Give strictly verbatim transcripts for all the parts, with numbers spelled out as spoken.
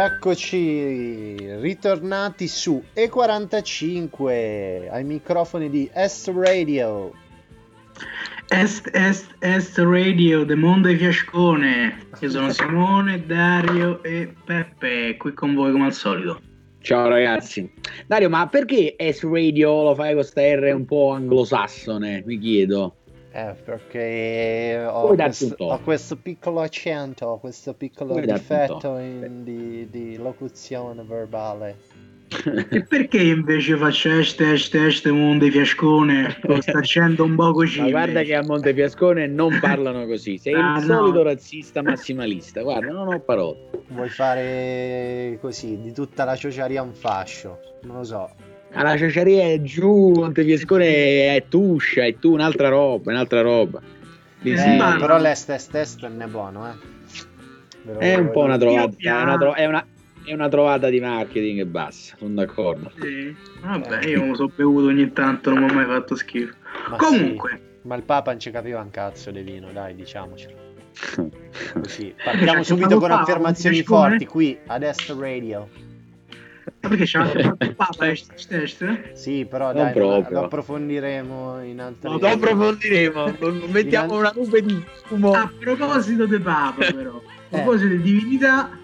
Eccoci ritornati su E quarantacinque ai microfoni di Est Radio. Est, Est, Est Radio, The Mondo e Fiascone. Io sono Simone, Dario e Peppe, qui con voi come al solito. Ciao ragazzi. Dario, ma perché Est Radio lo fai con sta R un po' anglosassone? Mi chiedo. Eh, perché ho questo, ho questo piccolo accento, questo piccolo Puoi difetto in, di, di locuzione verbale. E perché invece faccio est, est, est, Monte Fiascone con sta accento un po' così? Ma guarda che a Montefiascone non parlano così, sei ah, il no. solito razzista massimalista, guarda, non ho parole. Vuoi fare così, di tutta la ciociaria un fascio, non lo so. La ciociaria è giù, Montefiascone è Tuscia, è tu un'altra roba, un'altra roba. Eh, sì, però l'est, est, est non è buono, eh. È un po' una trovata, è una, tro- è, una, è una trovata di marketing e basta, sono d'accordo. Sì. Vabbè, io me lo so bevuto ogni tanto, non mi ho mai fatto schifo. Ma Comunque. Sì, ma il Papa non ci capiva un cazzo di vino, dai, diciamocelo. Così, partiamo subito con affermazioni forti qui ad Est Radio. Perché c'è il Papa est, est? Sì, però dai, lo, lo approfondiremo in altri. No, lo approfondiremo, mettiamo in... una nube di fumo. A proposito del Papa, però, a proposito di divinità,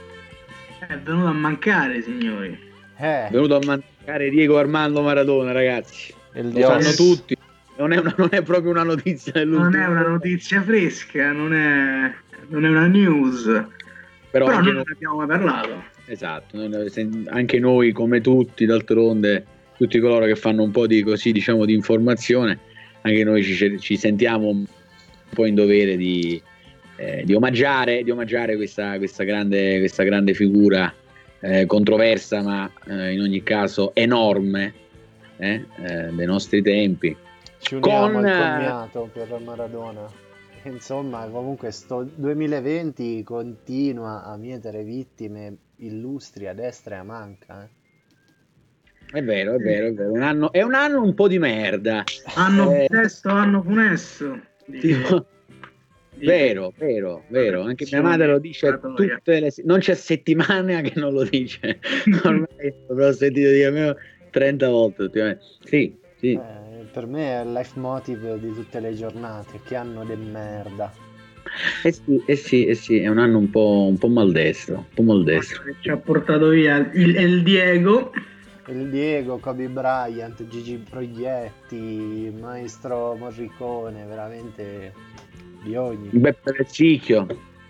è venuto a mancare, signori. Eh. È venuto a mancare Diego Armando Maradona, ragazzi. Il lo sanno tutti. Non è, una, non è proprio una notizia dell'ultimo. Non è una notizia fresca, non è, non è una news. Però, però noi non ne abbiamo mai parlato. Esatto, anche noi come tutti, d'altronde, tutti coloro che fanno un po' di così, diciamo, di informazione, anche noi ci, ci sentiamo un po' in dovere di, eh, di omaggiare, di omaggiare questa, questa, grande, questa grande figura eh, controversa, ma eh, in ogni caso enorme eh, eh, dei nostri tempi. Ci uniamo con... al commiato per Maradona. Insomma, comunque sto duemilaventi continua a mietere vittime illustri a destra e a manca. Eh. È vero, è vero, è vero. Un anno, è un anno un po' di merda. Anno eh, funesto, anno funesto. Tipo, vero, vero, vero. Anche mia madre lo dice tutte le non c'è settimana che non lo dice. Ormai l'ho sentito dire almeno trenta volte ultimamente. Sì, sì. Eh. Per me è il life motive di tutte le giornate, che anno di merda. Eh sì, eh sì, eh sì, è un anno un po', un po' maldestro, un po' maldestro. Ci ha portato via il, il Diego. Il Diego, Kobe Bryant, Gigi Proietti, Maestro Morricone, veramente di ogni. Beppe Vecchicchio.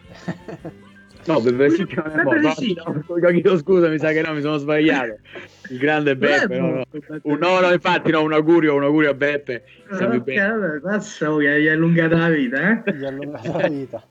No, Beppe Vecchicchio non è morto. No, no, scusa, mi sa che no, mi sono sbagliato. Il grande Beppe, no, no. Un, no, no, infatti, no, un augurio, un augurio a Beppe. Okay, vabbè, pazza, gli hai allungato la vita, eh? Gli ha allungato la vita.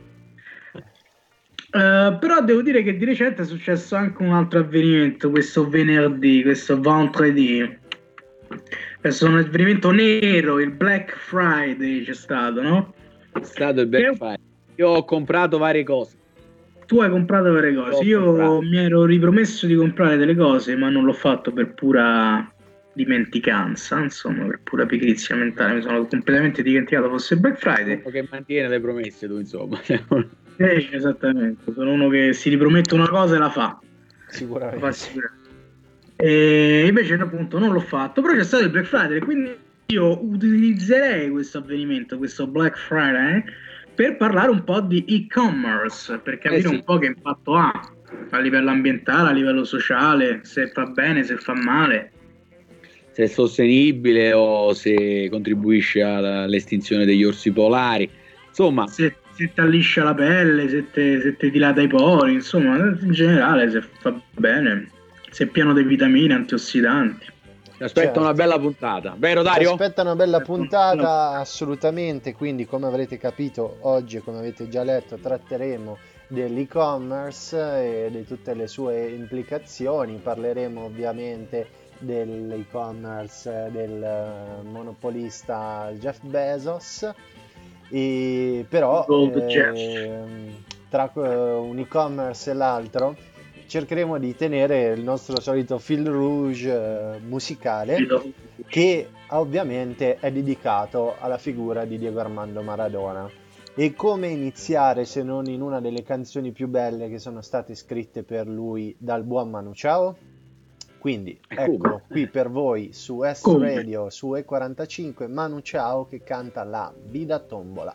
Uh, però devo dire che di recente è successo anche un altro avvenimento, questo venerdì, questo vendredi. Questo è un avvenimento nero, il Black Friday c'è stato, no? È stato il Black Friday. Io ho comprato varie cose. Tu hai comprato varie cose, io comprato. mi ero ripromesso di comprare delle cose, ma non l'ho fatto per pura dimenticanza, insomma, per pura pigrizia mentale, mi sono completamente dimenticato fosse Black Friday. Che mantiene le promesse tu, insomma. Eh, esattamente, sono uno che si ripromette una cosa e la fa. Sicuramente. La fa sicuramente. E invece appunto non l'ho fatto, però c'è stato il Black Friday, quindi io utilizzerei questo avvenimento, questo Black Friday, per parlare un po' di e-commerce, per capire eh sì. un po' che impatto ha a livello ambientale, a livello sociale, se fa bene, se fa male. Se è sostenibile o se contribuisce all'estinzione degli orsi polari, insomma. Se, se ti alliscia la pelle, se ti se te dilata i pori, insomma, in generale se fa bene, se è pieno di vitamine, antiossidanti. Ti aspetta certo. una bella puntata, vero Dario? Ti aspetta una bella puntata, assolutamente, quindi come avrete capito oggi, come avete già letto, tratteremo dell'e-commerce e di tutte le sue implicazioni, parleremo ovviamente dell'e-commerce del monopolista Jeff Bezos, e però eh, tra un e-commerce e l'altro cercheremo di tenere il nostro solito fil rouge eh, musicale, che ovviamente è dedicato alla figura di Diego Armando Maradona. E come iniziare se non in una delle canzoni più belle che sono state scritte per lui dal buon Manu Chao? Quindi ecco qui per voi su S-Radio, su E quarantacinque, Manu Chao che canta la Vida Tombola.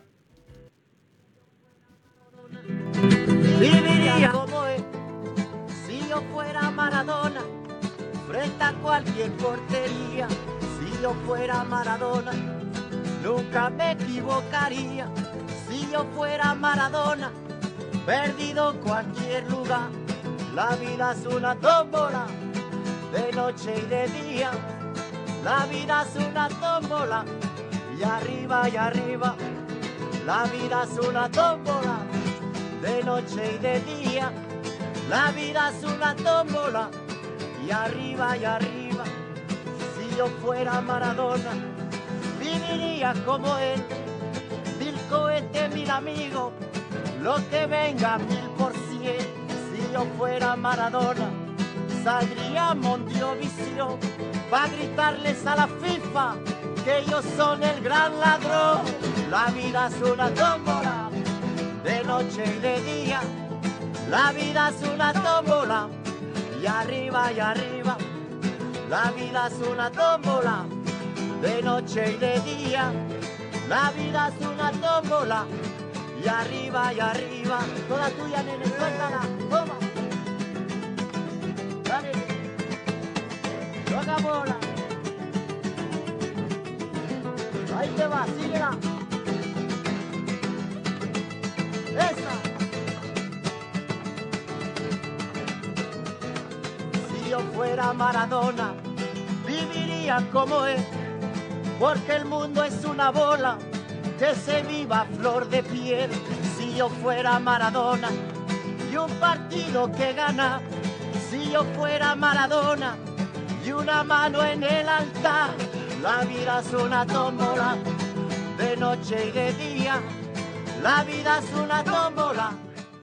Viviría como él si yo fuera Maradona, frente a cualquier portería. Si yo fuera Maradona, nunca me equivocaría. Si yo fuera Maradona, perdido en cualquier lugar. La vida es una tómbola, de noche y de día. La vida es una tómbola, y arriba y arriba. La vida es una tómbola, de noche y de día. La vida es una tómbola, y arriba y arriba. Si yo fuera Maradona, viviría como él. Mil cohetes, mil amigos, lo que venga mil por cien. Si yo fuera Maradona, saldría a Mondiovisión para gritarles a la FIFA que ellos son el gran ladrón. La vida es una tómbola, de noche y de día. La vida es una tómbola, y arriba y arriba. La vida es una tómbola, de noche y de día. La vida es una tómbola, y arriba y arriba. Toda tuya, nene, suéltala, toma. Dale, toca bola. Ahí te va, síguela. Esa. Si yo fuera Maradona, viviría como él, porque el mundo es una bola que se viva a flor de piel. Si yo fuera Maradona y un partido que gana, si yo fuera Maradona y una mano en el altar. La vida es una tómbola, de noche y de día. La vida es una tómbola.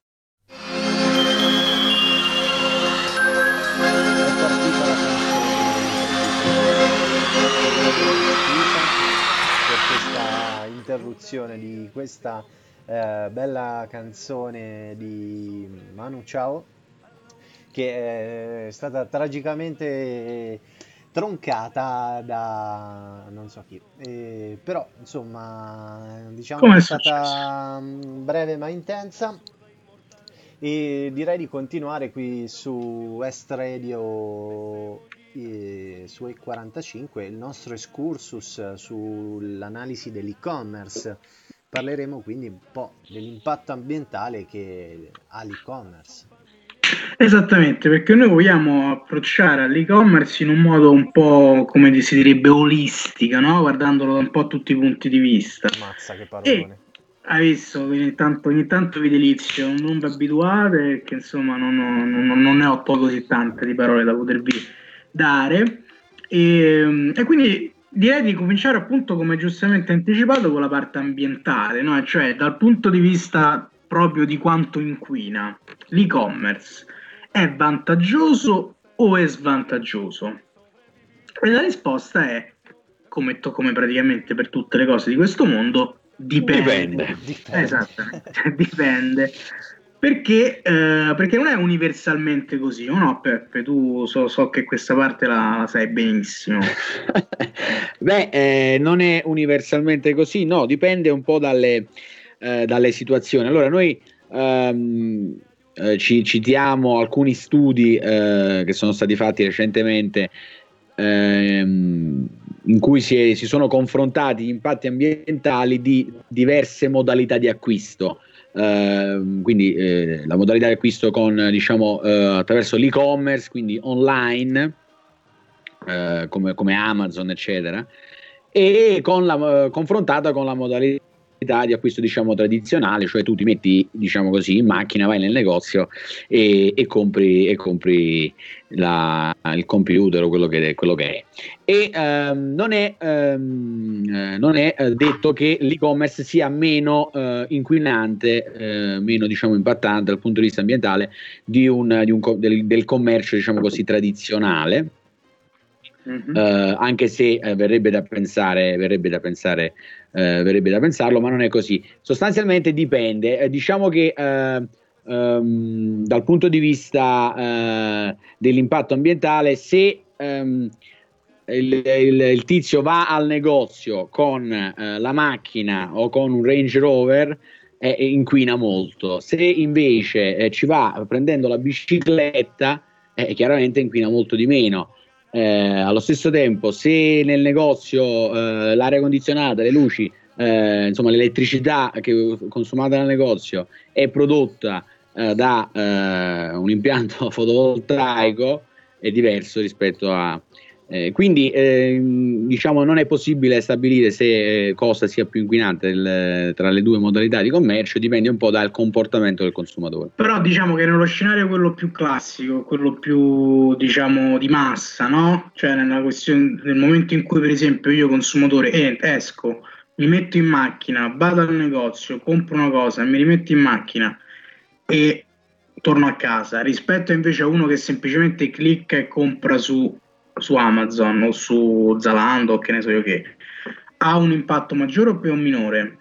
Per questa interruzione di questa eh, bella canzone di Manu Chao, che è stata tragicamente troncata da non so chi, eh, però insomma diciamo Come che è è stata mm, breve ma intensa, e direi di continuare qui su Est Radio, eh, su E quarantacinque, il nostro excursus sull'analisi dell'e-commerce. Parleremo quindi un po' dell'impatto ambientale che ha l'e-commerce. Esattamente, perché noi vogliamo approcciare all'e-commerce in un modo un po', come si direbbe, olistica, no? Guardandolo da un po' tutti i punti di vista. Mazza che E parolone. hai visto, ogni tanto, ogni tanto vi delizio, non vi abituate, perché insomma non, ho- non- non ne ho poi così tante di parole da potervi dare. E, e quindi direi di cominciare appunto, come giustamente anticipato, con la parte ambientale, no? Cioè dal punto di vista proprio di quanto inquina. L'e-commerce è vantaggioso o è svantaggioso? E la risposta è, come, to- come praticamente per tutte le cose di questo mondo, dipende. Dipende. Dipende. Esattamente, dipende. Perché, eh, perché non è universalmente così, o no, Peppe? Tu so, so che questa parte la, la sai benissimo. Beh, eh, non è universalmente così, no, dipende un po' dalle, eh, dalle situazioni. Allora, noi ehm, eh, ci citiamo alcuni studi eh, che sono stati fatti recentemente, ehm, in cui si, è- si sono confrontati gli impatti ambientali di diverse modalità di acquisto. Ehm, quindi eh, la modalità di acquisto con, diciamo, eh, attraverso l'e-commerce, quindi online, eh, come, come Amazon, eccetera, e con la, eh, confrontata con la modalità di acquisto, diciamo, tradizionale, cioè tu ti metti, diciamo così, in macchina, vai nel negozio e, e compri, e compri la- il computer o quello che, quello che è. E ehm, non è, ehm, eh, non è eh, detto che l'e-commerce sia meno eh, inquinante, eh, meno, diciamo, impattante dal punto di vista ambientale di un, di un co- del, del commercio, diciamo così, tradizionale. Mm-hmm. eh, anche se eh, verrebbe da pensare, verrebbe da pensare, eh, verrebbe da pensarlo, ma non è così. Sostanzialmente dipende, eh, diciamo che eh, ehm, dal punto di vista eh, dell'impatto ambientale, se ehm, il, il, il tizio va al negozio con eh, la macchina o con un Range Rover, eh, inquina molto. Se invece eh, ci va prendendo la bicicletta, eh, chiaramente inquina molto di meno. Eh, allo stesso tempo, se nel negozio eh, l'aria condizionata, le luci, eh, insomma l'elettricità che è consumata dal negozio è prodotta eh, da eh, un impianto fotovoltaico, è diverso rispetto a eh, quindi eh, diciamo non è possibile stabilire se eh, cosa sia più inquinante il, tra le due modalità di commercio, dipende un po' dal comportamento del consumatore. Però diciamo che nello scenario quello più classico, quello più diciamo di massa, no? Cioè nella questione, nel momento in cui per esempio io consumatore eh, esco, mi metto in macchina, vado al negozio, compro una cosa, mi rimetto in macchina e torno a casa, rispetto invece a uno che semplicemente clicca e compra su su Amazon o su Zalando o che ne so io che, ha un impatto maggiore o più o minore?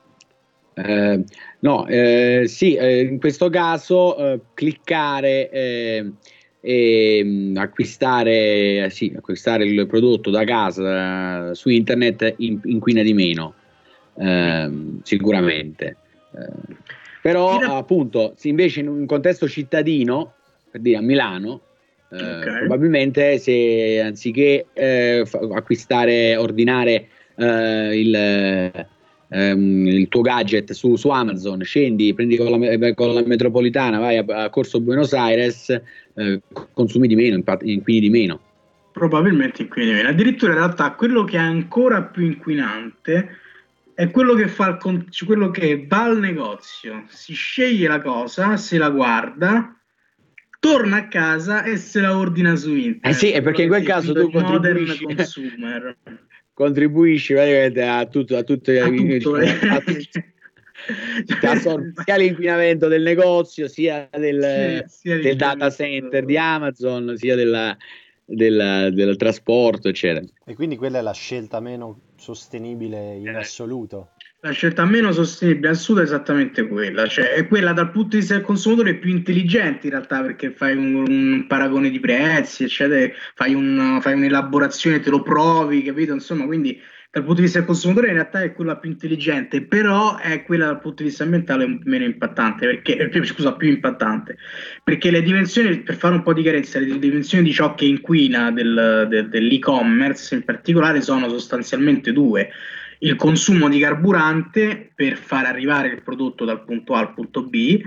Eh, no, eh, sì, eh, in questo caso eh, cliccare eh, e mh, acquistare, eh, sì, acquistare il prodotto da casa eh, su internet in, inquina di meno, eh, sicuramente. Eh, però In- appunto, se invece in un contesto cittadino, per dire a Milano, eh, Ok. probabilmente se anziché eh, fa- acquistare, ordinare eh, il, ehm, il tuo gadget su, su Amazon, scendi, prendi con la, me- con la metropolitana, vai a, a Corso Buenos Aires, eh, consumi di meno, impa- inquini di meno. Probabilmente inquina di meno. Addirittura in realtà quello che è ancora più inquinante è quello che fa il con- cioè quello che va al negozio, si sceglie la cosa, se la guarda, torna a casa e se la ordina su Eh sì, internet, è quello perché in che quel si caso definisce tu il modern contribuisci, consumer. contribuisci praticamente a tutto, a tutto, A tutto. diciamo, a tutto. Ti assorbi sia l'inquinamento del negozio, sia del, Sì, sia del data center di l'inquinamento. Amazon, sia della, della- del trasporto, eccetera. E quindi quella è la scelta meno sostenibile in assoluto. La scelta meno sostenibile al sud è esattamente quella, cioè è quella dal punto di vista del consumatore più intelligente in realtà, perché fai un, un paragone di prezzi, eccetera, fai, un, fai un'elaborazione, te lo provi, capito? Insomma, quindi dal punto di vista del consumatore in realtà è quella più intelligente, però è quella dal punto di vista ambientale meno impattante, perché, eh, scusa, più impattante, perché le dimensioni, per fare un po' di chiarezza, le dimensioni di ciò che inquina del, del, dell'e-commerce in particolare sono sostanzialmente due: il consumo di carburante per far arrivare il prodotto dal punto A al punto B,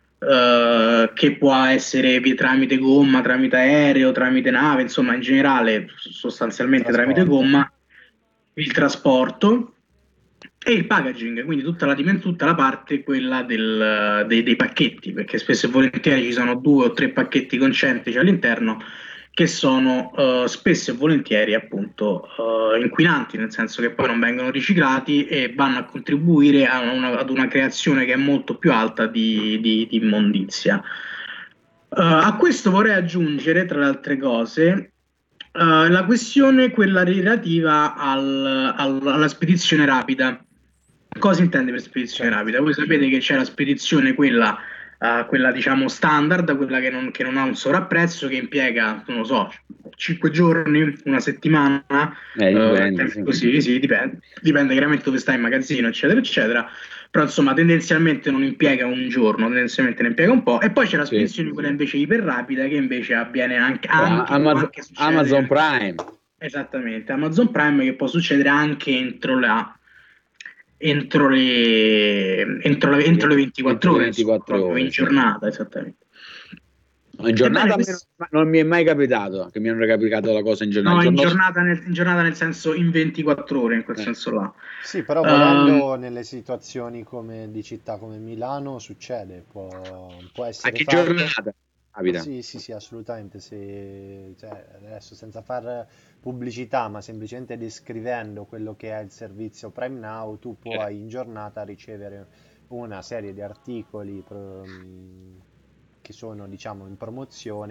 eh, che può essere via- tramite gomma, tramite aereo, tramite nave, insomma, in generale, sostanzialmente tramite Trasporto. gomma, il trasporto e il packaging, quindi tutta la, dimen- tutta la parte quella del- dei, dei pacchetti, perché spesso e volentieri ci sono due o tre pacchetti concentrici all'interno che sono eh, spesso e volentieri appunto eh, inquinanti, nel senso che poi non vengono riciclati e vanno a contribuire a una, ad una creazione che è molto più alta di, di, di immondizia. Uh, a questo vorrei aggiungere, tra le altre cose, uh, la questione quella relativa al- al- alla spedizione rapida. Cosa intende per spedizione Certo. rapida? Voi sapete che c'è la spedizione, quella, uh, quella diciamo standard, quella che non, che non ha un sovrapprezzo, che impiega, non lo so, cinque giorni, una settimana, Eh, uh, dipende, sì. così, sì, dipende, dipende chiaramente dove stai in magazzino, eccetera, eccetera. Però insomma tendenzialmente non impiega un giorno, tendenzialmente ne impiega un po', e poi c'è la Sì. spedizione quella invece iperrapida che invece avviene anche, Eh, anche, può Amazon, anche succedere Amazon Prime. esattamente, Amazon Prime, che può succedere anche entro la entro le entro, la- entro le Entro ventiquattro le ore, insomma, ventiquattro proprio in ore, sì. giornata, esattamente. In Ebbene, giornata a me questo, non, non mi è mai capitato che mi hanno replicato la cosa in giornata. no, Il in giorno giornata nel, in giornata nel senso in ventiquattro ore, in quel eh. senso là. Sì, però Ehm, volendo nelle situazioni come di città come Milano succede, può, può A essere che fatto. giornata capita? Sì, sì, sì, assolutamente. Se, cioè, adesso senza far pubblicità, ma semplicemente descrivendo quello che è il servizio Prime Now, tu puoi in giornata ricevere una serie di articoli pro- che sono, diciamo, in promozione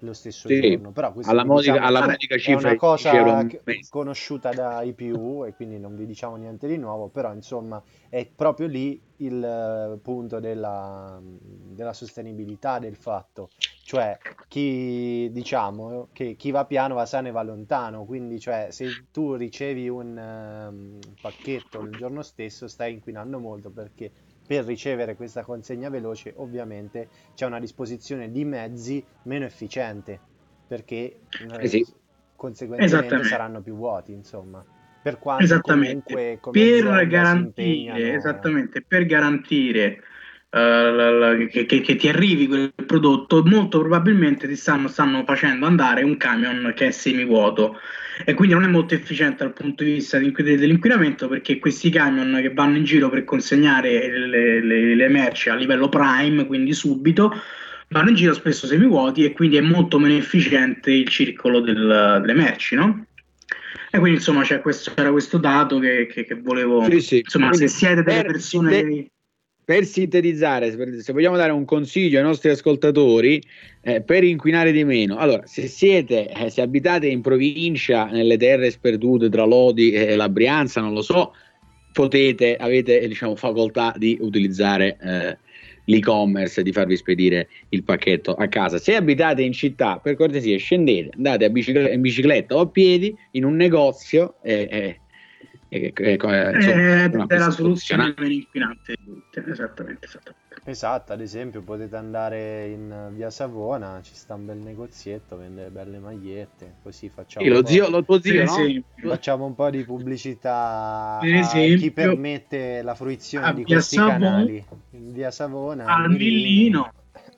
lo stesso Sì, giorno, però questo alla vi modica, diciamo, alla vabbè, modica è cifra una di dieci euro cosa al che- mese. conosciuta dai più e quindi non vi diciamo niente di nuovo, però insomma è proprio lì il eh, punto della, della sostenibilità del fatto, cioè chi diciamo che chi va piano va sano e va lontano, quindi cioè se tu ricevi un ehm, pacchetto il giorno stesso stai inquinando molto perché per ricevere questa consegna veloce ovviamente c'è una disposizione di mezzi meno efficiente perché Eh eh, sì, conseguentemente Esattamente. saranno più vuoti, insomma, per quanto Esattamente, comunque come per azienda si garantire, impegnano. esattamente, per garantire eh, la- la- che, che- che ti arrivi quel prodotto, molto probabilmente ti stanno, stanno facendo andare un camion che è semivuoto e quindi non è molto efficiente dal punto di vista di- dell'inquinamento perché questi camion che vanno in giro per consegnare le, le- le merci a livello prime, quindi subito, vanno in giro spesso semivuoti e quindi è molto meno efficiente il circolo del- delle merci, no? E quindi insomma c'è questo, c'era questo dato che, che- che volevo, sì, sì. insomma, se Quindi siete delle per, persone sinte- che... per sintetizzare, se se vogliamo dare un consiglio ai nostri ascoltatori, eh, per inquinare di meno, allora, se siete, eh, se abitate in provincia, nelle terre sperdute tra Lodi e la Brianza, non lo so, potete, avete, eh, diciamo, facoltà di utilizzare eh, l'e-commerce, di farvi spedire il pacchetto a casa. Se abitate in città, per cortesia, scendete, andate a bicicletta, in bicicletta o a piedi in un negozio e, e- e- e- e- insomma, Ed una è la questa soluzione meno inquinante di tutte, esattamente, esattamente. Esatto, ad esempio potete andare in via Savona, ci sta un bel negozietto, vende belle magliette, così facciamo Sì, un lo po', zio, lo tuo Per zio, no? esempio, facciamo un po' di pubblicità per a chi esempio permette la fruizione a di Via questi Savon, canali. In via Savona, al al Millino. Millino,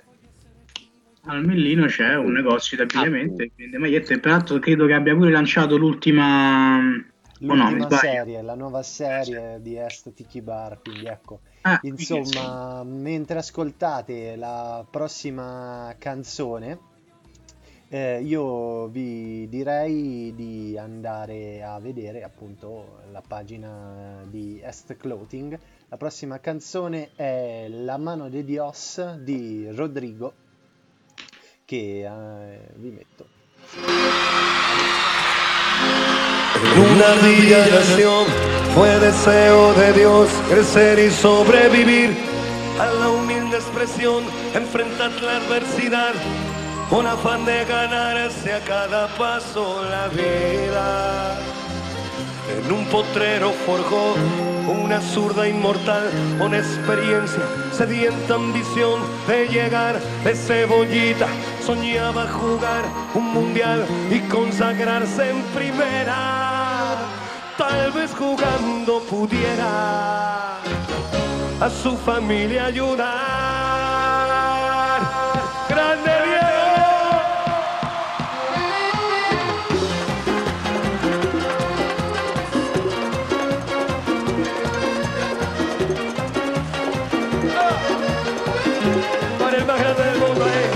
al Millino c'è un negozio di abbigliamento Appunto. e vende magliette, peraltro credo che abbia pure lanciato l'ultima... o no, mi L'ultima sbaglio? serie, la nuova serie di Est Tiki Bar, quindi ecco. Ah, Insomma, mentre ascoltate la prossima canzone, eh, io vi direi di andare a vedere appunto la pagina di Est Clothing. La prossima canzone è La mano de Dios di Rodrigo, che eh, vi metto. En una villa nación fue deseo de Dios crecer y sobrevivir a la humilde expresión, enfrentar la adversidad con afán de ganarse a cada paso la vida. En un potrero forjó una zurda inmortal con experiencia, sedienta ambición de llegar de cebollita. Soñaba jugar un mundial y consagrarse en primera. Tal vez jugando pudiera a su familia ayudar. ¡Grande Diego! Para el más grande del mundo, eh.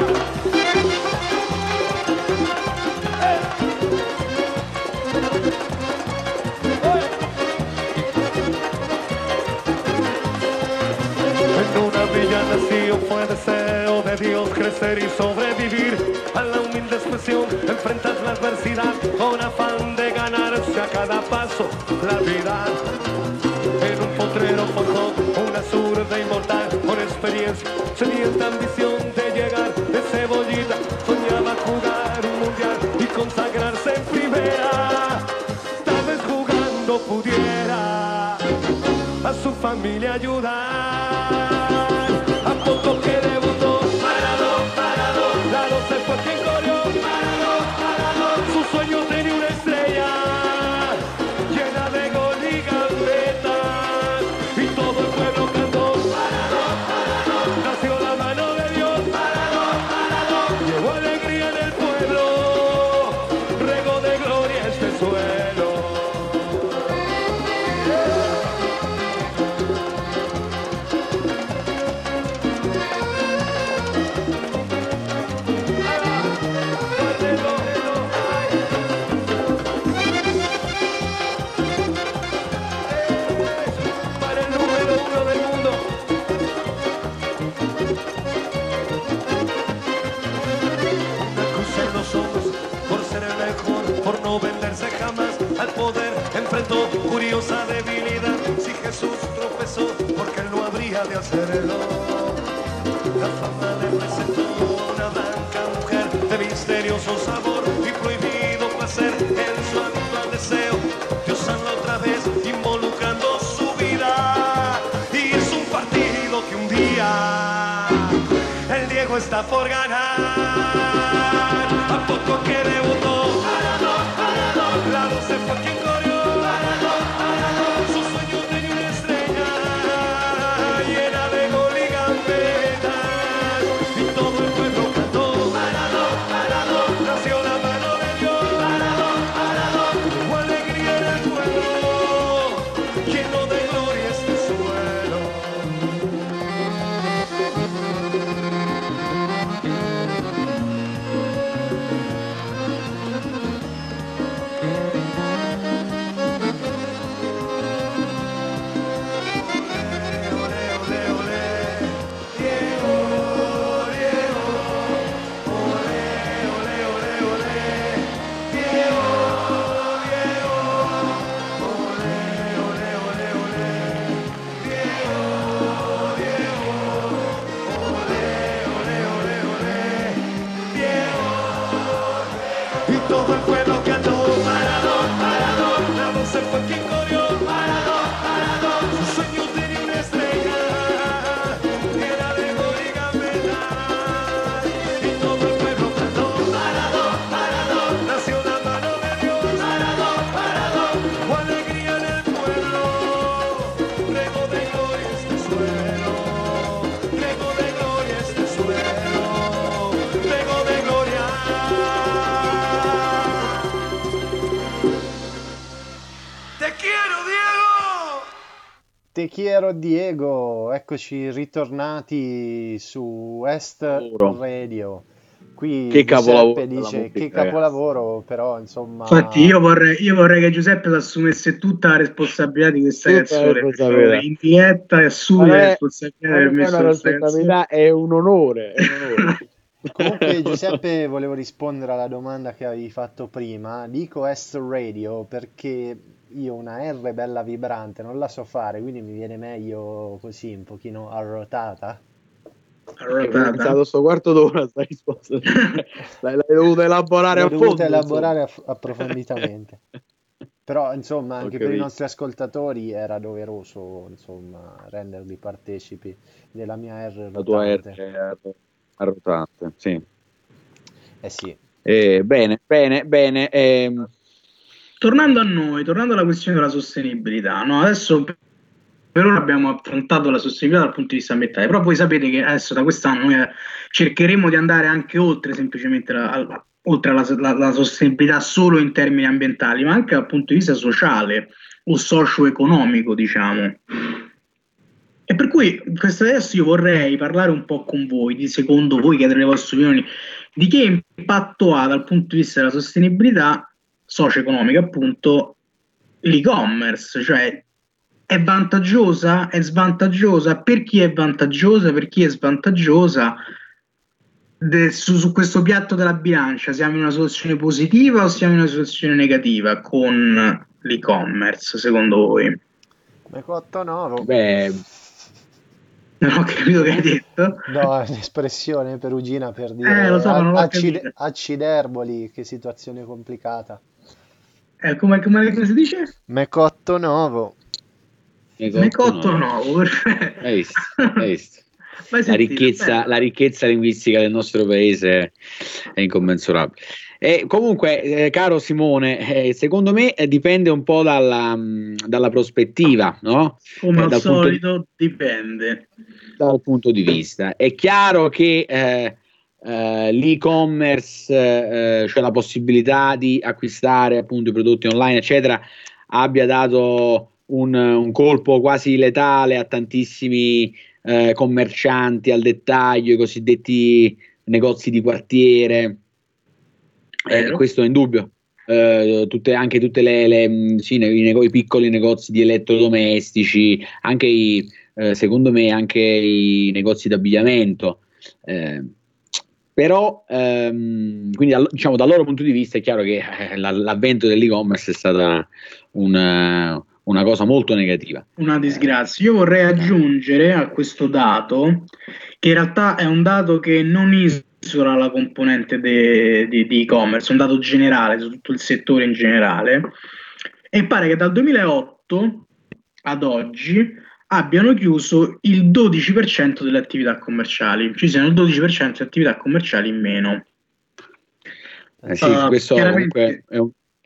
En una villa nació, fue deseo de Dios crecer y sobrevivir a la humilde expresión, enfrentar la adversidad con afán de ganarse a cada paso la vida. En un potrero forjó una zurda inmortal con experiencia, sedienta ambición de llegar de cebollita. Soñaba jugar un mundial y consagrarse en primera. Tal vez jugando pudiera a su familia ayudar. A poco que debutó, parado, parado, la doce fue quien corrió, parado, parado. Su sueño tenía una estrella llena de gol y gambetas, y todo el pueblo cantó, parado, parado. Nació la mano de Dios, parado, parado. Llevó alegría en el pueblo, regó de gloria este suelo. peligrosa debilidad. Si Jesús tropezó, porque él no habría de hacerlo. La fama le presentó una blanca mujer de misterioso sabor y prohibido placer en su actual deseo. Dios habla otra vez involucrando su vida, y es un partido que un día el Diego está por ganar. A poco que debutó, la doce fue quien corrió, su sueño tenía una estrella llena de gol y gambetas, y todo el pueblo cantó, nació la mano de Dios, hubo alegría en el pueblo, lleno de gloria este suelo. Y todo el pueblo cantó, Maradón, Maradón, la doce fue quien corrió, Maradón, Maradón, su sueño tenía una estrella, llena de gol y gambetas, y todo el pueblo cantó, Maradón, Maradón, nació la mano de Dios, Maradón, Maradón, hubo alegría en el pueblo, rego de gloria este suelo, rego de gloria este suelo, rego de gloria. Te quiero, Diego! Te quiero Diego, eccoci ritornati su Est Lavoro. Radio. Qui Che capolavoro Giuseppe della dice musica, che ragazzi. capolavoro, però insomma Infatti io vorrei, io vorrei che Giuseppe si assumesse tutta la responsabilità di questa Tutta la canzone, per responsabilità. favore, in diretta, e assumi Ma non la è, responsabilità di non aver è messo una questa canzone. responsabilità, è un onore, è un onore. Comunque Giuseppe, volevo rispondere alla domanda che avevi fatto prima. Dico Est Radio perché io una R bella vibrante non la so fare, quindi mi viene meglio così, un pochino arrotata. Hai pensato sto quarto d'ora sta risposta, l'hai, l'hai dovuta elaborare L'ho a dovuta fondo, elaborare insomma. aff- approfonditamente. Però insomma Ho anche per i capito. nostri ascoltatori era doveroso insomma renderli partecipi della mia R La tua R rotante. è arro- arrotante, sì. Eh sì. Eh, bene, bene, bene. ehm, Tornando a noi, tornando alla questione della sostenibilità, no? Adesso per per ora abbiamo affrontato la sostenibilità dal punto di vista ambientale, però voi sapete che adesso da quest'anno noi eh, cercheremo di andare anche oltre semplicemente la, al- oltre alla la- la sostenibilità solo in termini ambientali, ma anche dal punto di vista sociale o socio-economico, diciamo. E per cui questo adesso io vorrei parlare un po' con voi, di secondo voi, chiedere le vostre opinioni, di che impatto ha dal punto di vista della sostenibilità socio-economica, appunto, l'e-commerce, cioè è vantaggiosa, è svantaggiosa, per chi è vantaggiosa, per chi è svantaggiosa, de- su, su questo piatto della bilancia siamo in una situazione positiva o siamo in una situazione negativa con l'e-commerce, secondo voi? Me cotto novo. beh, Non ho capito che hai detto. No, è un'espressione perugina per dire Eh, lo so, ma non l'ho accide- capito. acciderboli, che situazione complicata. Eh, come, come, come si dice? Me cotto novo. ne Me cotto cotto no. nuovo, perfetto. Hai visto? Hai visto? Vai La sentire, ricchezza, bello. la ricchezza linguistica del nostro paese è incommensurabile. E comunque, eh, caro Simone, eh, secondo me eh, dipende un po' dalla, mh, dalla prospettiva, no? Come Eh, al dal punto di- solito, dipende. dal punto di vista. È chiaro che eh, eh, l'e-commerce, eh, cioè la possibilità di acquistare appunto i prodotti online, eccetera, abbia dato un, un colpo quasi letale a tantissimi eh, commercianti al dettaglio, i cosiddetti negozi di quartiere. Eh, Vero. questo è indubbio. Eh, tutte, anche tutte le, le mh, sì, ne- i, nego- i piccoli negozi di elettrodomestici, anche i, eh, secondo me anche i negozi d'abbigliamento. Eh, però, ehm, quindi dal, diciamo, dal loro punto di vista è chiaro che eh, la- l'avvento dell'e-commerce è stata un, eh, una cosa molto negativa. Una disgrazia. Io vorrei aggiungere a questo dato che in realtà è un dato che non isola la componente de- di di e-commerce, un dato generale su tutto il settore in generale, e pare che dal duemilaotto ad oggi abbiano chiuso il dodici per cento delle attività commerciali, ci siano il dodici per cento di attività commerciali in meno. Eh sì, Uh, questo comunque è un,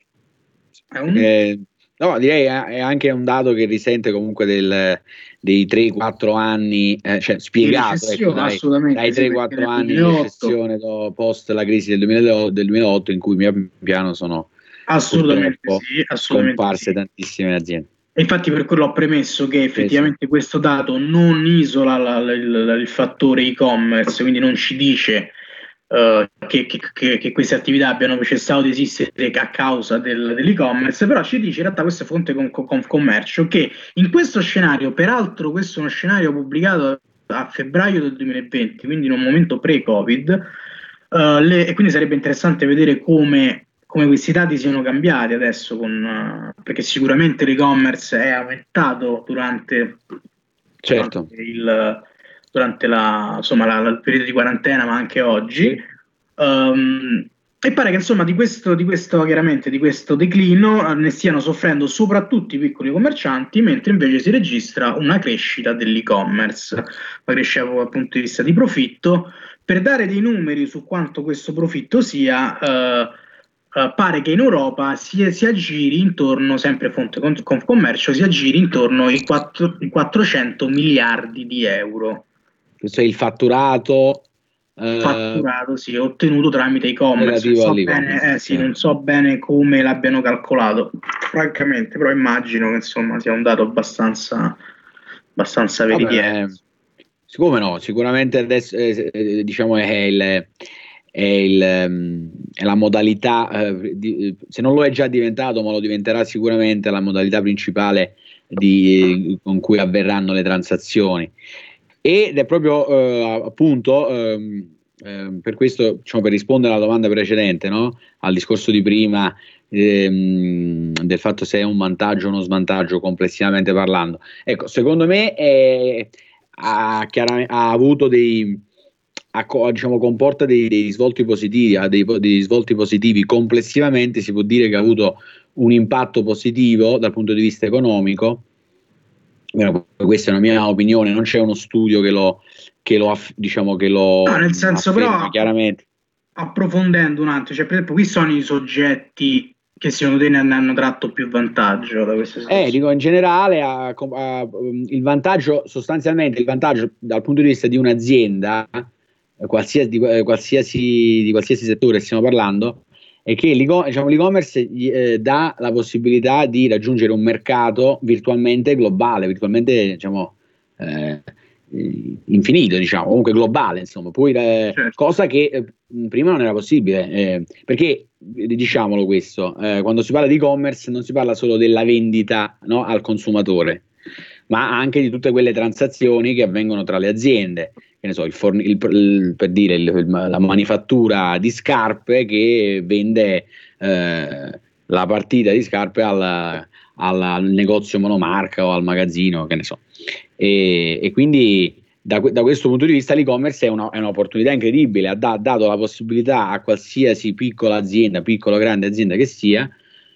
è un... Eh, no, direi è anche un dato che risente comunque del, dei tre quattro anni, eh, cioè spiegato, ecco, dai, dai tre quattro anni di recessione post la crisi del duemilaotto, del duemilaotto in cui pian piano sono assolutamente sì, assolutamente scomparse sì. tantissime aziende. E infatti per quello ho premesso che effettivamente sì, sì. questo dato non isola la, la, il, il fattore e-commerce, quindi non ci dice uh, che, che, che, che queste attività abbiano cessato di esistere a causa del, dell'e-commerce, però ci dice in realtà questa fonte con, con commercio che in questo scenario, peraltro questo è uno scenario pubblicato a febbraio del duemilaventi, quindi in un momento pre-Covid, uh, le, e quindi sarebbe interessante vedere come come questi dati siano cambiati adesso, con, uh, perché sicuramente l'e-commerce è aumentato durante, certo. durante, il, durante la, insomma, la, la, il periodo di quarantena, ma anche oggi. Um, e pare che insomma di questo, di questo chiaramente di questo declino ne stiano soffrendo soprattutto i piccoli commercianti, mentre invece si registra una crescita dell'e-commerce, una crescita dal punto di vista di profitto. Per dare dei numeri su quanto questo profitto sia, uh, Uh, pare che in Europa si, si aggiri intorno, sempre fonte con, con commercio, si aggiri intorno ai, quattro, ai quattrocento miliardi di euro. Questo è il fatturato eh, fatturato, sì, ottenuto tramite e-commerce. Non so, bene, eh, sì, sì. non so bene come l'abbiano calcolato, francamente, però immagino che insomma sia un dato abbastanza, abbastanza veritiero. Siccome no, sicuramente adesso eh, diciamo è il è, il, è la modalità, eh, di, se non lo è già diventato, ma lo diventerà sicuramente la modalità principale di, con cui avverranno le transazioni. Ed è proprio eh, appunto eh, eh, per questo, diciamo, per rispondere alla domanda precedente, no? Al discorso di prima ehm, del fatto se è un vantaggio o uno svantaggio complessivamente parlando. Ecco, secondo me è, ha, ha avuto dei A, diciamo, comporta dei, dei risvolti positivi, ha dei, dei risvolti positivi. Complessivamente si può dire che ha avuto un impatto positivo dal punto di vista economico. Bueno, questa è una mia opinione, non c'è uno studio che lo, che lo diciamo che lo no, nel senso però chiaramente. Approfondendo un attimo, cioè per esempio qui sono i soggetti che secondo te ne hanno tratto più vantaggio da questa situazione? Eh, dico in generale a, a, il vantaggio, sostanzialmente il vantaggio dal punto di vista di un'azienda qualsiasi di, qualsiasi, di qualsiasi settore stiamo parlando, è che diciamo, l'e-commerce eh, dà la possibilità di raggiungere un mercato virtualmente globale, virtualmente diciamo eh, infinito, diciamo, comunque globale, insomma, poi, eh, certo. Cosa che eh, prima non era possibile, eh, perché diciamolo questo, eh, quando si parla di e-commerce non si parla solo della vendita, no, al consumatore, ma anche di tutte quelle transazioni che avvengono tra le aziende. Che ne so, il forn- il, il, per dire il, il, la manifattura di scarpe che vende eh, la partita di scarpe al, al, al negozio monomarca o al magazzino, che ne so. E, e quindi da, da questo punto di vista l'e-commerce è, una, è un'opportunità incredibile, ha da, dato la possibilità a qualsiasi piccola azienda, piccola o grande azienda che sia,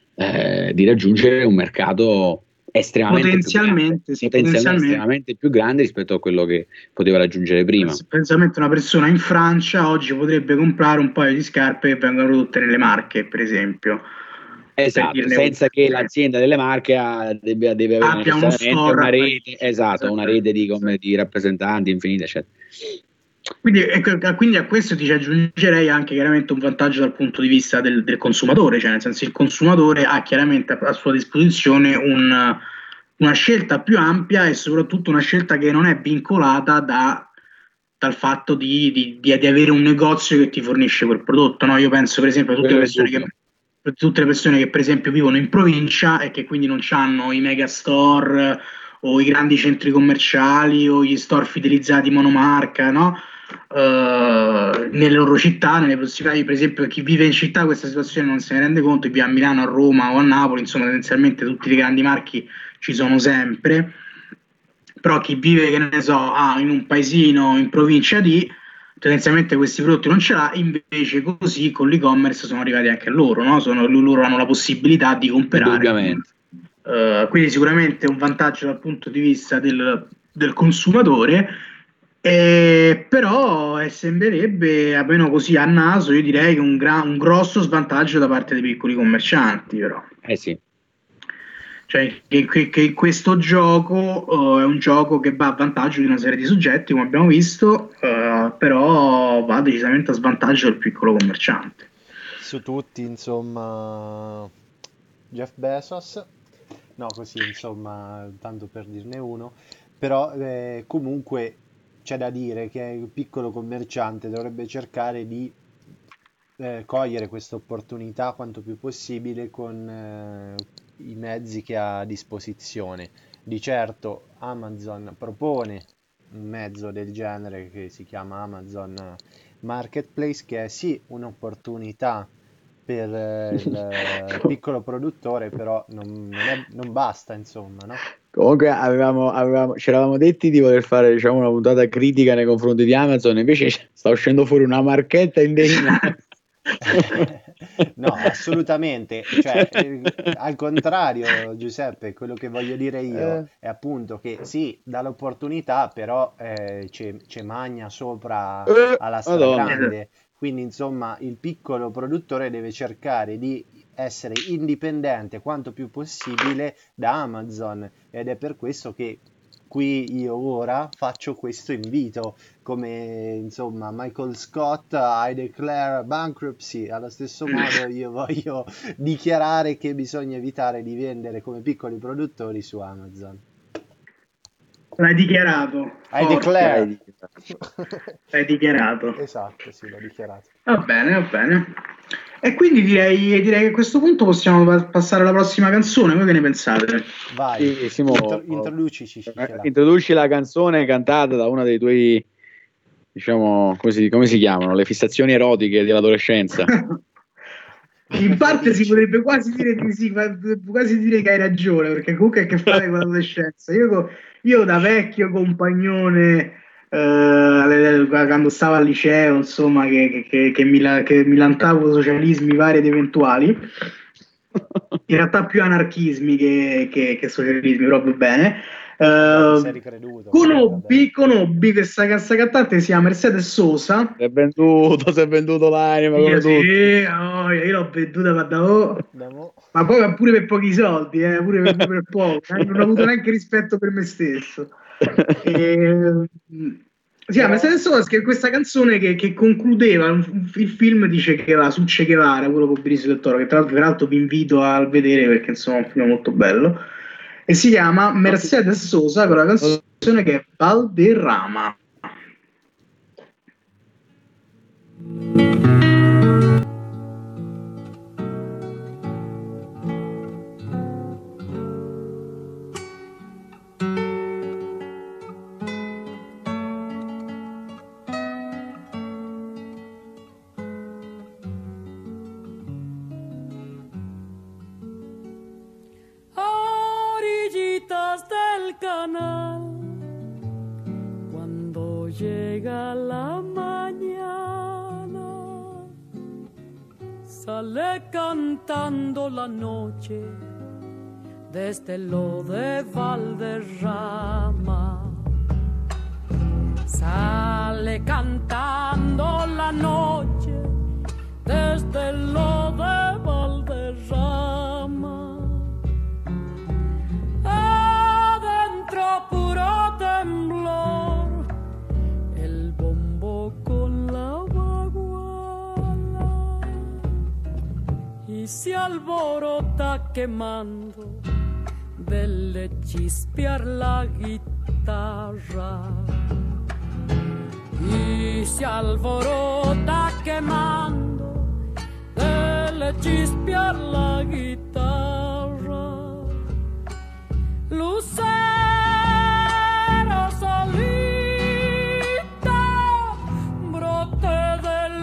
eh, di raggiungere un mercato estremamente potenzialmente, più sì, potenzialmente, potenzialmente estremamente più grande rispetto a quello che poteva raggiungere prima. Potenzialmente una persona in Francia oggi potrebbe comprare un paio di scarpe che vengono prodotte nelle Marche, per esempio. Esatto, per senza un... che l'azienda delle Marche ha, deve, deve avere abbia necessariamente una rete, esatto, esatto, una rete di, come, di rappresentanti infinita, eccetera. Quindi, quindi a questo ti aggiungerei anche chiaramente un vantaggio dal punto di vista del, del consumatore, cioè nel senso il consumatore ha chiaramente a sua disposizione un, una scelta più ampia e soprattutto una scelta che non è vincolata da, dal fatto di, di, di, di avere un negozio che ti fornisce quel prodotto. No? Io penso per esempio a tutte le persone che, tutte le persone che per esempio vivono in provincia e che quindi non hanno i megastore o i grandi centri commerciali o gli store fidelizzati monomarca, no? Uh, nelle loro città, nelle possibilità, per esempio chi vive in città questa situazione non se ne rende conto, chi vive a Milano, a Roma o a Napoli, insomma tendenzialmente tutti i grandi marchi ci sono sempre, però chi vive, che ne so, ah, in un paesino in provincia di, tendenzialmente questi prodotti non ce l'ha, invece così con l'e-commerce sono arrivati anche a loro, no? Sono, loro hanno la possibilità di comprare. Uh, quindi sicuramente è un vantaggio dal punto di vista del, del consumatore, eh, però eh, sembrerebbe, almeno così a naso, io direi che un, gra- un grosso svantaggio da parte dei piccoli commercianti, però. Eh sì. Cioè che, che, che questo gioco uh, è un gioco che va a vantaggio di una serie di soggetti, come abbiamo visto, uh, però va decisamente a svantaggio del piccolo commerciante. Su tutti, insomma, Jeff Bezos. No, così insomma, tanto per dirne uno, però eh, comunque c'è da dire che il piccolo commerciante dovrebbe cercare di eh, cogliere questa opportunità quanto più possibile con eh, i mezzi che ha a disposizione. Di certo Amazon propone un mezzo del genere che si chiama Amazon Marketplace, che è sì un'opportunità per il piccolo produttore, però non, non, è, non basta, insomma, no? Comunque avevamo, avevamo, ci eravamo detti di voler fare, diciamo, una puntata critica nei confronti di Amazon, invece sta uscendo fuori una marchetta indegna. No, assolutamente, cioè, eh, al contrario, Giuseppe, quello che voglio dire io Eh. è appunto che sì, dà l'opportunità, però eh, c'è, c'è magna sopra Eh, alla Madonna. stragrande. Quindi, insomma, il piccolo produttore deve cercare di essere indipendente quanto più possibile da Amazon, ed è per questo che qui io ora faccio questo invito, come insomma Michael Scott, I declare bankruptcy. Allo stesso modo io voglio dichiarare che bisogna evitare di vendere come piccoli produttori su Amazon. L'hai dichiarato. I Forte. declare. L'hai dichiarato. Esatto, sì, l'ho dichiarato. Va bene, va bene. E quindi direi, direi che a questo punto possiamo pa- passare alla prossima canzone. Voi che ne pensate? Vai, Sì, Simo, intro- introducici. eh, introduci la canzone cantata da una dei tuoi, diciamo, come si, come si chiamano, le fissazioni erotiche dell'adolescenza. In parte si potrebbe quasi dire di sì, ma quasi dire che hai ragione, perché comunque ha a che fare con l'adolescenza. Io, co- io da vecchio compagnone, eh, quando stavo al liceo, insomma, che, che, che, mi, la- che mi lantavo socialismi vari ed eventuali, in realtà più anarchismi che, che, che socialismi, proprio bene. Vabbè, ti sei Eh, ricreduto. conobbi, conobbi questa, questa cantante, si chiama Mercedes Sosa. Si è venduto, si è venduto l'anima come Io tutti. sì, oh, io l'ho venduta ma da oh. Andiamo. Ma poi pure per pochi soldi, eh, pure per, per poco, eh, non ho avuto neanche rispetto per me stesso. E, si chiama Mercedes Sosa, che è questa canzone che, che concludeva un- il film di Che Guevara, su Che Guevara, quello con Benicio del Toro, che tra l'altro, tra l'altro vi invito a vedere perché insomma è un film molto bello, e si chiama Mercedes Sosa con la canzone che è Valderrama. Orillitas del canal, cuando llega la mañana, sale cantando la noche desde lo de Valderrama. Sale cantando la noche desde lo de Valderrama. Adentro puro temblor, el bombo con la baguala, y se alborota quemando del chispear la guitarra. Y se alborota quemando del chispear la guitarra. Lucero solita, brote del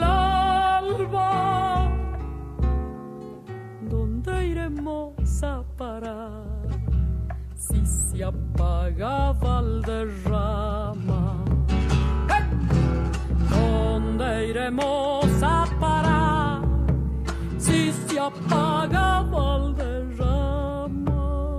si apaga Valderrama. ¿Dónde iremos a parar si se apaga Valderrama?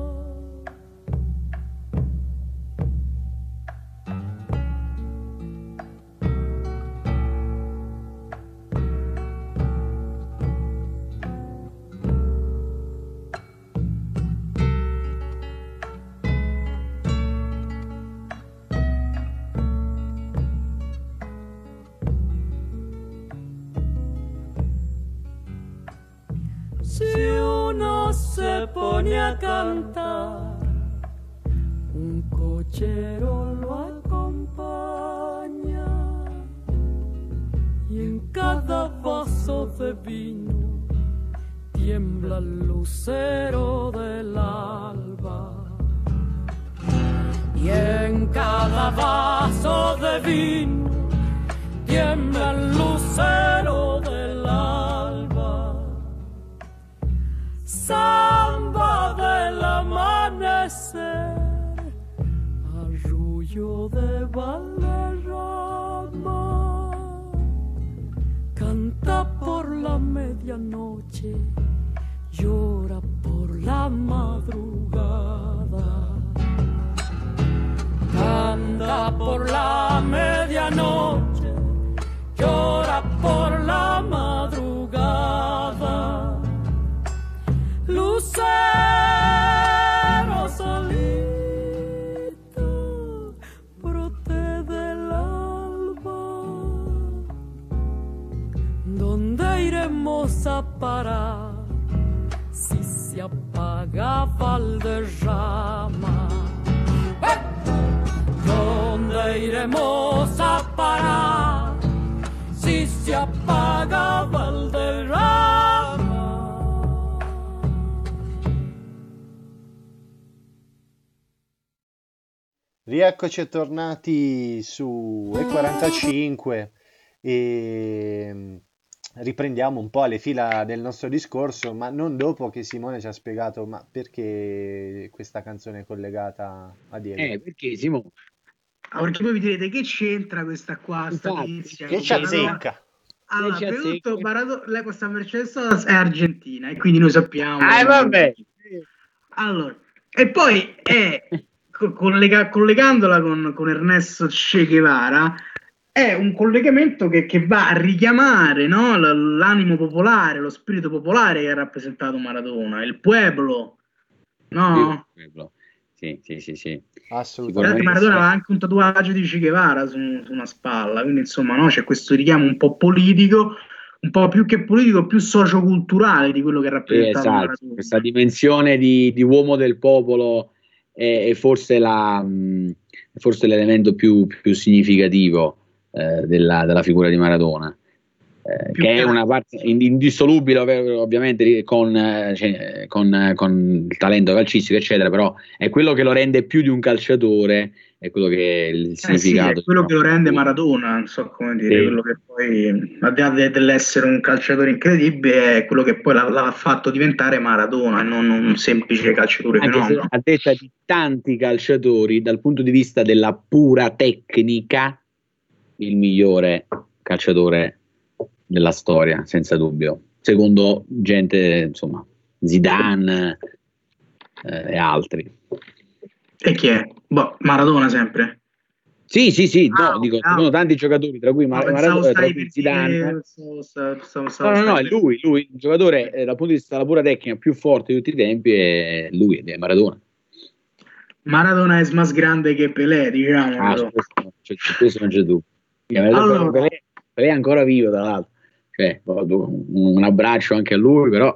Si uno se pone a cantar, un cochero lo acompaña, y en cada vaso de vino tiembla el lucero del alba. Y en cada vaso de vino tiembla el lucero del alba. Samba del amanecer, arrullo de Valderrama, canta por la medianoche, llora por la madrugada. Canta por la medianoche, llora por la madrugada. Lucero solito, brote del alba, ¿dónde iremos a parar si se apaga Valderrama? ¡Eh! ¿Dónde iremos a parar si se apaga Valderrama? Rieccoci tornati su E quarantacinque e riprendiamo un po' le fila del nostro discorso, ma non dopo che Simone ci ha spiegato ma perché questa canzone è collegata a Diego. Eh, perché Simone? Ah, perché poi vi direte che c'entra questa qua, sta Infatti, tizia, Che ci azzecca? Allora, Che ci prima di tutto, azzecca? Barato- lei questa Mercedes è argentina e quindi noi sappiamo. Ah, vabbè. Allora, e poi è co- collega- collegandola con, con Ernesto Che Guevara, è un collegamento che, che va a richiamare, no, l- l'animo popolare, lo spirito popolare che ha rappresentato Maradona, il pueblo, no? Sì, sì, sì, sì. Tra Assolutamente. l'altro Maradona aveva anche un tatuaggio di Che Guevara su, su una spalla, quindi insomma, no, c'è questo richiamo un po' politico, un po' più che politico, più socioculturale di quello che ha Sì, rappresentato esatto, Maradona. questa dimensione di, di uomo del popolo è, è forse, la, mh, è forse l'elemento più, più significativo eh, della, della figura di Maradona, eh, Più che è che- una parte ind- indissolubile ov- ovviamente con, eh, cioè, con, eh, con il talento calcistico eccetera, però è quello che lo rende più di un calciatore, è quello che è il Eh sì, significato. è quello che lo rende Sì. Maradona, non so come dire, Sì. quello che poi, al di là de- dell'essere un calciatore incredibile, è quello che poi l'ha, l'ha fatto diventare Maradona e non un semplice calciatore Anche se fenomeno. a detta di tanti calciatori, dal punto di vista della pura tecnica, il migliore calciatore della storia, senza dubbio. Secondo gente, insomma, Zidane eh, e altri. E chi è? Boh, Maradona sempre. Sì, sì, sì, no, Ah, dico, ah. secondo tanti giocatori, tra cui No, Mar- pensavo Maradona, tra stai cui per Zidane. dire- stavo- stavo- stavo- stavo No, no, no, stai è per- lui, lui, il giocatore eh, dal punto di vista della pura tecnica più forte di tutti i tempi è lui, è Maradona. Maradona è más grande che Pelé, diciamo. Ah, su questo, no, cioè, su questo non c'è dubbio. Allora. Pelé, Pelé è ancora vivo, tra l'altro. Cioè, un un abbraccio anche a lui, però.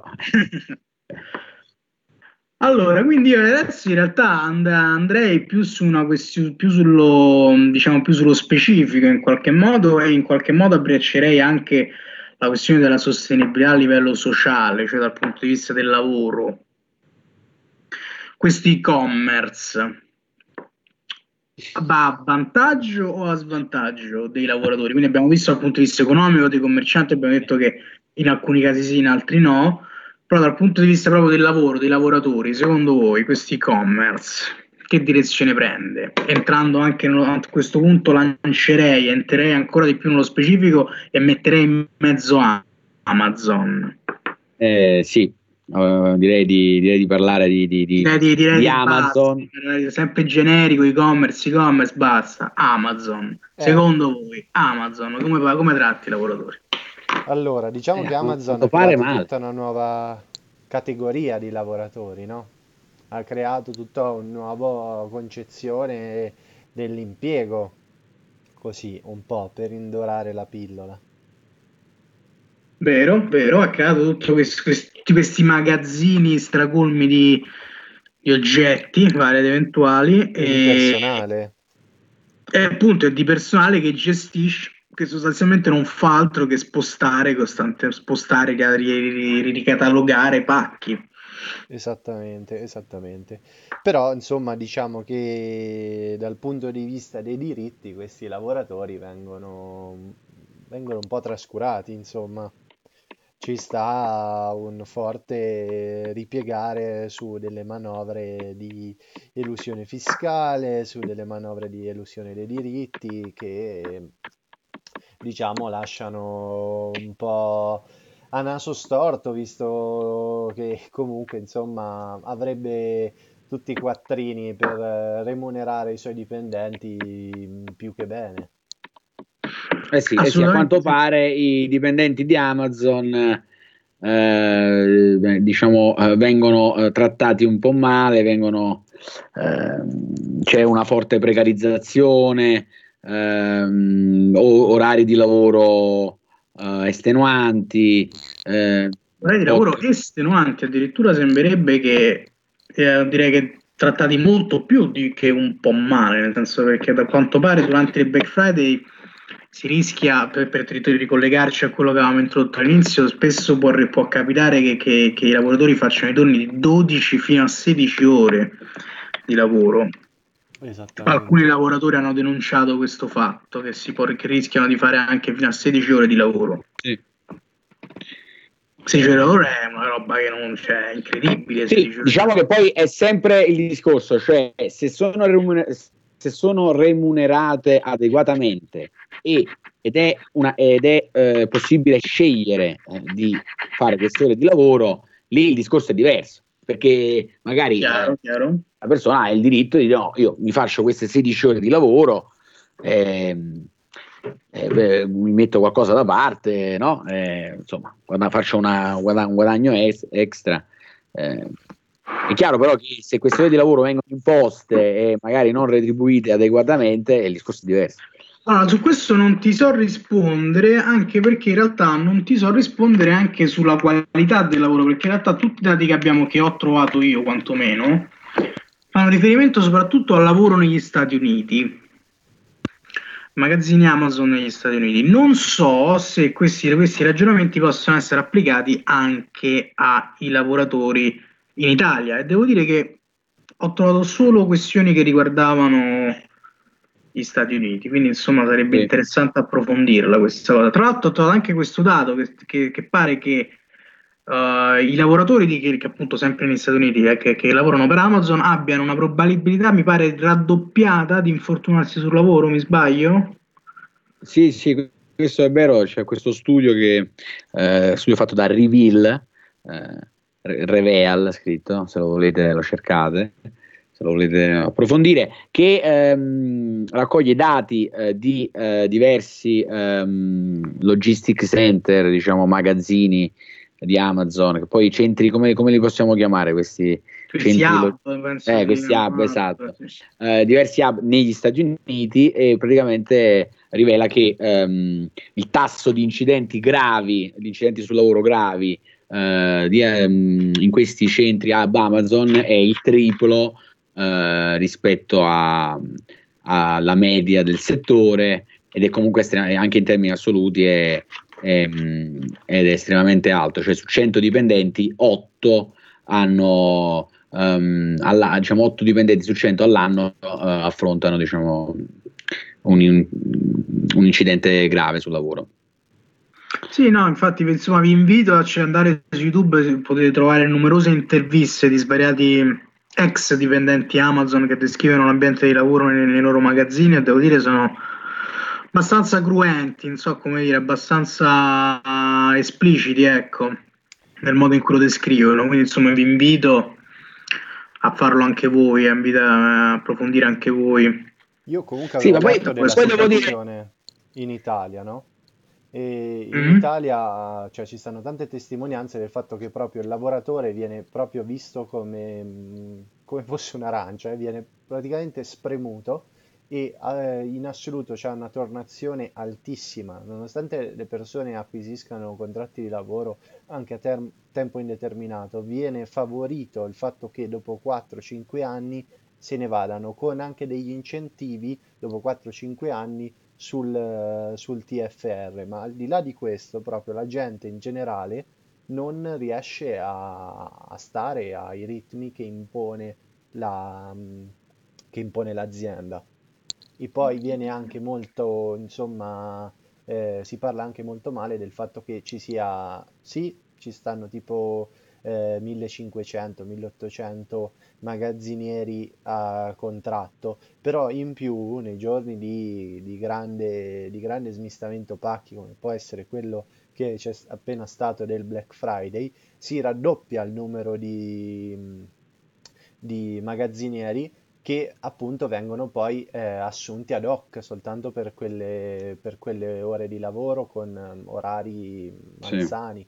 Allora, quindi io adesso in realtà and- andrei più su una questione, più sullo, diciamo, più sullo specifico in qualche modo e in qualche modo abbraccerei anche la questione della sostenibilità a livello sociale, cioè dal punto di vista del lavoro. Questo e-commerce va a vantaggio o a svantaggio dei lavoratori? Quindi abbiamo visto dal punto di vista economico dei commercianti, abbiamo detto che in alcuni casi sì, in altri no, però dal punto di vista proprio del lavoro, dei lavoratori, secondo voi questo e-commerce che direzione prende? Entrando anche nello, a questo punto lancerei, entrerei ancora di più nello specifico e metterei in mezzo a Amazon. Eh, sì, uh, direi, di, direi di parlare di, di, di, direi di, direi di di Amazon. Basta, sempre generico, e-commerce, e-commerce, basta. Amazon. Eh. Secondo voi, Amazon, come, come tratti i lavoratori? Allora, diciamo Eh, che Amazon quanto ha pare creato male. tutta una nuova categoria di lavoratori, no? Ha creato tutta una nuova concezione dell'impiego, così un po' per indorare la pillola. Vero, vero, ha creato tutti questi, questi, questi magazzini stracolmi di, di oggetti vari ed eventuali E di personale. e appunto è di personale che gestisce, che sostanzialmente non fa altro che spostare costante, spostare, ri- ri- ricatalogare pacchi. Esattamente, esattamente. Però, insomma, diciamo che dal punto di vista dei diritti questi lavoratori vengono, vengono un po' trascurati, insomma. Ci sta un forte ripiegare su delle manovre di elusione fiscale, su delle manovre di elusione dei diritti che, diciamo, lasciano un po' a naso storto, visto che comunque, insomma, avrebbe tutti i quattrini per eh, remunerare i suoi dipendenti mm, più che bene. Eh sì, eh sì, a Assolutamente quanto sì. pare i dipendenti di Amazon eh, beh, diciamo eh, vengono eh, trattati un po' male, vengono, ehm, c'è una forte precarizzazione, ehm, o- orari di lavoro eh, estenuanti, eh, Orari di lavoro estenuanti, addirittura sembrerebbe che eh, direi che trattati molto più di che un po' male, nel senso perché da quanto pare durante il Black Friday si rischia, per, per ricollegarci a quello che avevamo introdotto all'inizio, spesso può, può capitare che, che, che i lavoratori facciano i turni di dodici fino a sedici ore di lavoro. Esattamente. Alcuni lavoratori hanno denunciato questo fatto, che, si può, che rischiano di fare anche fino a sedici ore di lavoro. sì. sedici ore di lavoro è una roba che non c'è, è incredibile. Sì, sedici ore. diciamo che poi è sempre il discorso, cioè se sono, remuner- se sono remunerate adeguatamente e, ed è, una, ed è eh, possibile scegliere eh, di fare queste ore di lavoro, lì il discorso è diverso, perché magari Chiaro, eh, chiaro. la persona ha il diritto di dire no, io mi faccio queste sedici ore di lavoro, ehm, eh, beh, mi metto qualcosa da parte, no? Eh, insomma, quando faccio una, un guadagno es- extra. Eh, è chiaro però che se queste ore di lavoro vengono imposte e magari non retribuite adeguatamente, il discorso è diverso. Allora, su questo non ti so rispondere, anche perché in realtà non ti so rispondere anche sulla qualità del lavoro, perché in realtà tutti i dati che abbiamo, che ho trovato io quantomeno, fanno riferimento soprattutto al lavoro negli Stati Uniti, magazzini Amazon negli Stati Uniti. Non so se questi, questi ragionamenti possono essere applicati anche ai lavoratori in Italia, e devo dire che ho trovato solo questioni che riguardavano gli Stati Uniti, quindi insomma sarebbe Sì. interessante approfondirla questa cosa. Tra l'altro ho trovato anche questo dato che, che, che pare che uh, i lavoratori di, che, che appunto sempre negli Stati Uniti eh, che, che lavorano per Amazon abbiano una probabilità, mi pare, raddoppiata di infortunarsi sul lavoro, mi sbaglio? Sì, sì, questo è vero, c'è questo studio che eh, studio fatto da Reveal, eh, Reveal scritto, se lo volete lo cercate, se lo volete approfondire, che ehm, raccoglie dati eh, di eh, diversi ehm, logistic center, diciamo magazzini di Amazon, che poi centri, come, come li possiamo chiamare questi? Questi centri hub, lo- penso eh, si questi hub, chiamano, esatto. sì. Eh, diversi hub negli Stati Uniti, e praticamente rivela che ehm, il tasso di incidenti gravi, di incidenti sul lavoro gravi eh, di, ehm, in questi centri hub Amazon è il triplo eh, rispetto a- alla media del settore, ed è comunque estrem- anche in termini assoluti è, è, mh, ed è estremamente alto, cioè su cento dipendenti otto hanno um, alla, diciamo otto dipendenti su cento all'anno uh, affrontano diciamo un, un incidente grave sul lavoro. Sì, no, infatti insomma vi invito a andare su YouTube, potete trovare numerose interviste di svariati ex dipendenti Amazon che descrivono l'ambiente di lavoro nei, nei loro magazzini, e devo dire sono abbastanza cruenti, non so come dire, abbastanza ah, espliciti, ecco, nel modo in cui lo descrivono. Quindi, insomma, vi invito a farlo anche voi, a invito a approfondire anche voi. Io comunque Sì, avevo ma poi, letto Certo, della poi questo. devo dire, situazione in Italia, no? E in Mhm. Italia, cioè, ci stanno tante testimonianze del fatto che proprio il lavoratore viene proprio visto come, mh, come fosse un'arancia, eh, viene praticamente spremuto e eh, in assoluto c'è una tornazione altissima, nonostante le persone acquisiscano contratti di lavoro anche a term- tempo indeterminato, viene favorito il fatto che dopo quattro cinque anni se ne vadano con anche degli incentivi dopo quattro cinque anni sul, sul T F R, ma al di là di questo, proprio la gente in generale non riesce a, a stare ai ritmi che impone la, che impone l'azienda. E poi viene anche molto, insomma, eh, si parla anche molto male del fatto che ci sia, sì, ci stanno tipo eh, millecinquecento milleottocento magazzinieri a contratto, però in più nei giorni di, di grande, di grande smistamento pacchi, come può essere quello che c'è appena stato del Black Friday, si raddoppia il numero di, di magazzinieri che appunto vengono poi eh, assunti ad hoc soltanto per quelle, per quelle ore di lavoro con ehm, orari sì. malsani.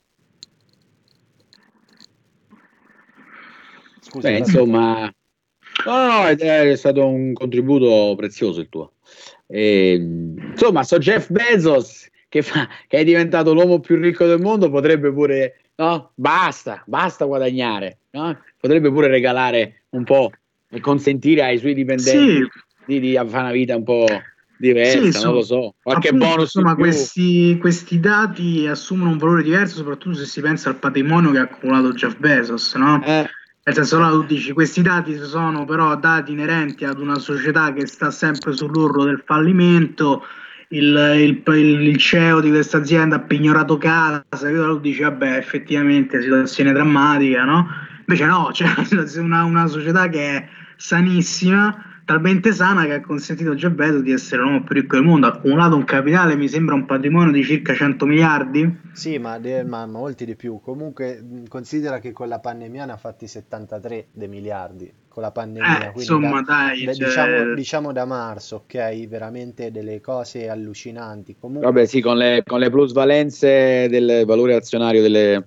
Scusa, Beh, Tassotti. insomma, no, no, no, è, è stato un contributo prezioso il tuo. E, insomma, so Jeff Bezos che, fa, che è diventato l'uomo più ricco del mondo, potrebbe pure, no? Basta, basta guadagnare, no? Potrebbe pure regalare un po' e consentire ai suoi Sì, dipendenti di, di fare una vita un po' sì, diversa, non lo so- so, qualche appunto, bonus in insomma, più. questi, questi dati assumono un valore diverso, soprattutto se si pensa al patrimonio che ha accumulato Jeff Bezos, no? Eh, Nel senso, là tu dici, questi dati sono però dati inerenti ad una società che sta sempre sull'orlo del fallimento, il, il, il- il C E O di questa azienda ha pignorato casa, che tu dici, vabbè, effettivamente situazione drammatica, no? Invece no, cioè, una, una società che è sanissima, talmente sana che ha consentito a Jeff Bezos di essere l'uomo più ricco del mondo, ha accumulato un capitale, mi sembra un patrimonio di circa cento miliardi. Sì, ma, de- ma- ma molti di più. Comunque mh, considera che con la pandemia ne ha fatti settantatré dei miliardi, con la Eh, pandemia, quindi da, insomma, dai, da- diciamo, cioè, diciamo da marzo, ok? Veramente delle cose allucinanti. vabbè, Comunque sì, con le, con le plusvalenze del valore azionario delle,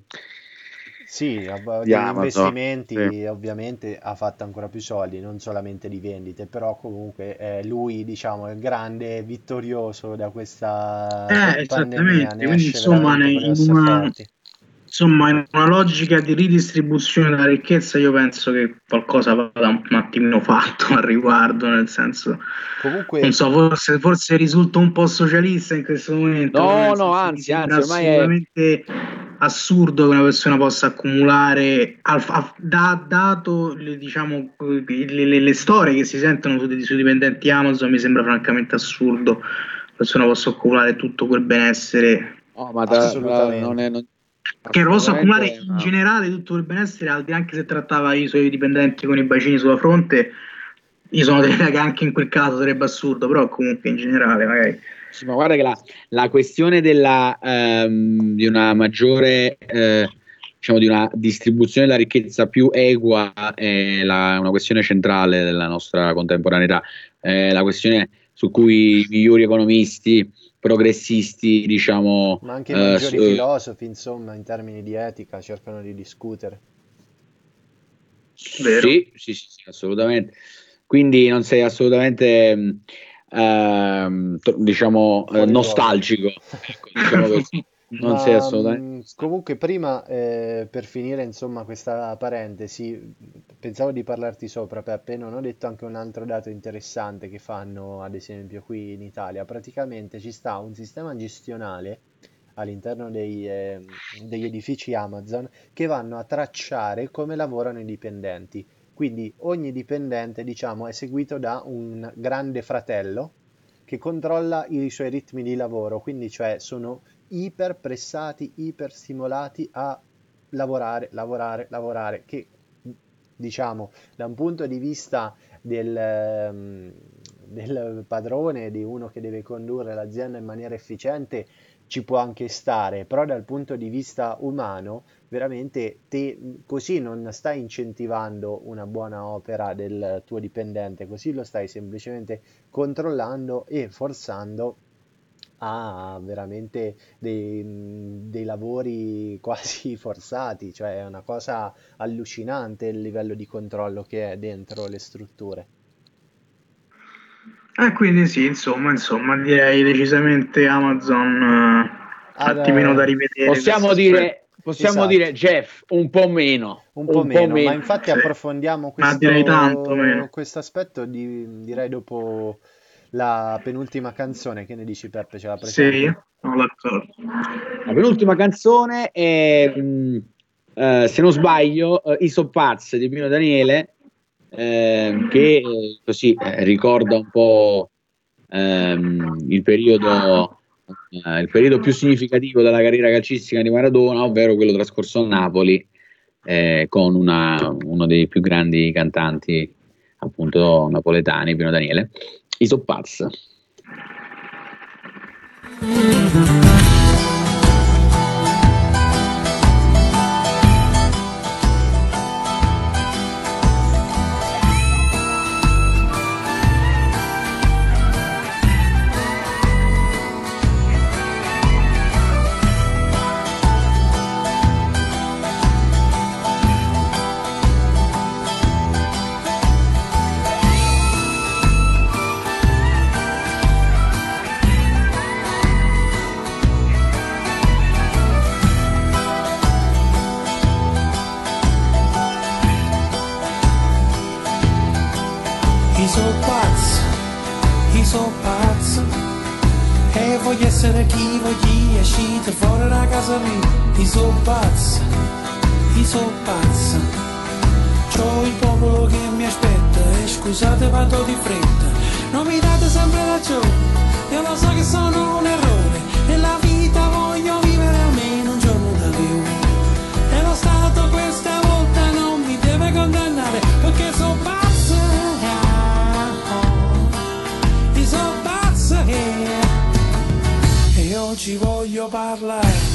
sì, ab- di degli Amazon. Sì. investimenti ovviamente ha fatto ancora più soldi, non solamente di vendite, però comunque eh, lui, diciamo, è il grande vittorioso da questa eh, pandemia, esattamente, ne quindi esce insomma, veramente ne- con le in ossa una, forti. insomma, in una logica di ridistribuzione della ricchezza, io penso che qualcosa vada un attimino fatto al riguardo, nel senso, non Comunque so, forse, forse risulto un po' socialista in questo momento, però No, nel no, senso mi anzi, sembra anzi, ormai è. assolutamente assurdo che una persona possa accumulare, al- a- da- dato le, diciamo, le, le- le storie che si sentono sui, sui dipendenti Amazon, mi sembra francamente assurdo che una persona possa accumulare tutto quel benessere, No, ma tra- tra- non è assolutamente. non- che possa accumulare assolutamente. in Ma- generale tutto il benessere, al di là anche se trattava i suoi dipendenti con i bacini sulla fronte. Io sono dell'idea che anche in quel caso sarebbe assurdo, però comunque in generale magari. sì, ma guarda che la, la questione della, ehm, di una maggiore, eh, diciamo, di una distribuzione della ricchezza più equa è la- una questione centrale della nostra contemporaneità. È la questione su cui i migliori economisti, progressisti, diciamo, Ma anche i eh, s- maggiori eh, filosofi, insomma, in termini di etica, cercano di discutere. Vero? sì, sì, sì, sì, assolutamente. Quindi non sei assolutamente, mh, ehm, to- diciamo, eh, Fuori luogo. nostalgico, ecco, diciamo così. Non sei Ma assolutamente mh, nostalgico. comunque prima, eh, per finire, insomma, questa parentesi, pensavo di parlarti sopra, Peppe, non ho detto anche un altro dato interessante che fanno, ad esempio, qui in Italia. Praticamente ci sta un sistema gestionale all'interno dei, ehm, degli edifici Amazon che vanno a tracciare come lavorano i dipendenti. Quindi ogni dipendente, diciamo, è seguito da un grande fratello che controlla i suoi ritmi di lavoro, quindi cioè sono iper pressati, iper stimolati a lavorare, lavorare, lavorare, che diciamo, da un punto di vista del, ehm, del padrone, di uno che deve condurre l'azienda in maniera efficiente, ci può anche stare, però dal punto di vista umano, veramente te così non stai incentivando una buona opera del tuo dipendente, così lo stai semplicemente controllando e forzando a veramente dei, dei lavori quasi forzati, cioè è una cosa allucinante il livello di controllo che è dentro le strutture. Eh, quindi sì, insomma, insomma, direi decisamente Amazon, eh, un Ad, attimino da eh, rivedere Possiamo questo aspetto. dire, possiamo esatto, dire, Jeff, un po' meno, un po' un po' meno, ma meno. infatti Sì, approfondiamo ma direi tanto questo meno. questo aspetto di- direi dopo la penultima canzone. Che ne dici, Peppe? Ce la Sì, presenti? sono d'accordo. La penultima canzone è, mh, eh, se non sbaglio, eh, I So Paz di Pino Daniele, eh, che eh, così eh, ricorda un po' ehm, il periodo, eh, il periodo più significativo della carriera calcistica di Maradona, ovvero quello trascorso a Napoli, eh, con una- uno dei più grandi cantanti, appunto, napoletani, Pino Daniele. I So Paz. Io so pazzo, io so pazzo, e voglio essere chi voglio uscire fuori da casa mia. Io so pazzo, io so pazzo, c'ho il popolo che mi aspetta e scusate vado di fretta, non mi date sempre ragione, io lo so che sono un errore, nella vita voglio vivere almeno un giorno da più, e lo Stato questa volta non mi deve condannare, perché so pazzo. E oggi voglio parlare.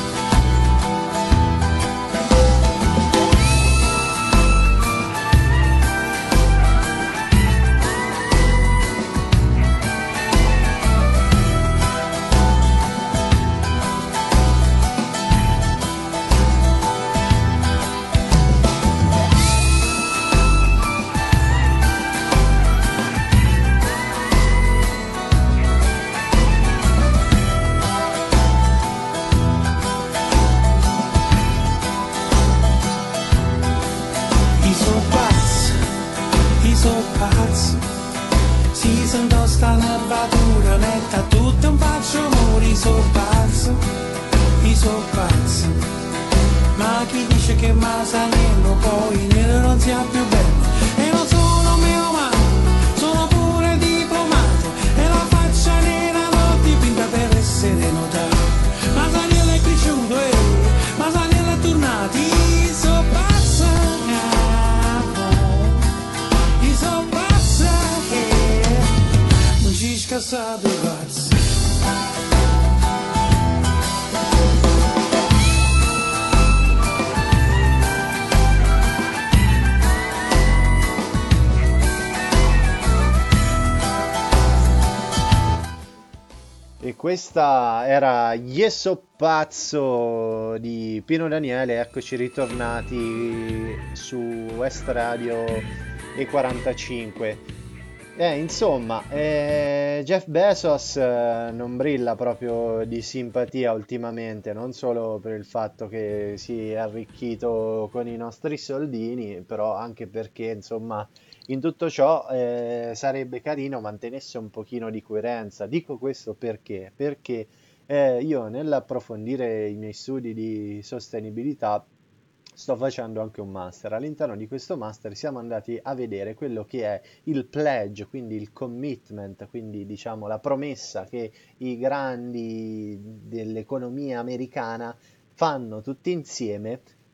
Si sento sta nervatura, metta tutto un faccio amore, so pazzo, io so pazzo. Ma chi dice che Masaniello poi nero non sia più bello? E non sono meno male, sono pure diplomato, e la faccia nera l'ho dipinta per essere notato. Masaniello è cresciuto, eh, Masaniello è tornato, io so pazzo. Casado pazzo. E questa era Yeso Pazzo di Pino Daniele. Eccoci ritornati su West Radio E quarantacinque. Eh, insomma, eh, Jeff Bezos eh, non brilla proprio di simpatia ultimamente, non solo per il fatto che si è arricchito con i nostri soldini, però anche perché, insomma, in tutto ciò eh, sarebbe carino mantenesse un pochino di coerenza. Dico questo perché? Perché eh, io nell'approfondire i miei studi di sostenibilità sto facendo anche un master. All'interno di questo master siamo andati a vedere quello che è il pledge, quindi il commitment, quindi diciamo la promessa che i grandi dell'economia americana fanno tutti insieme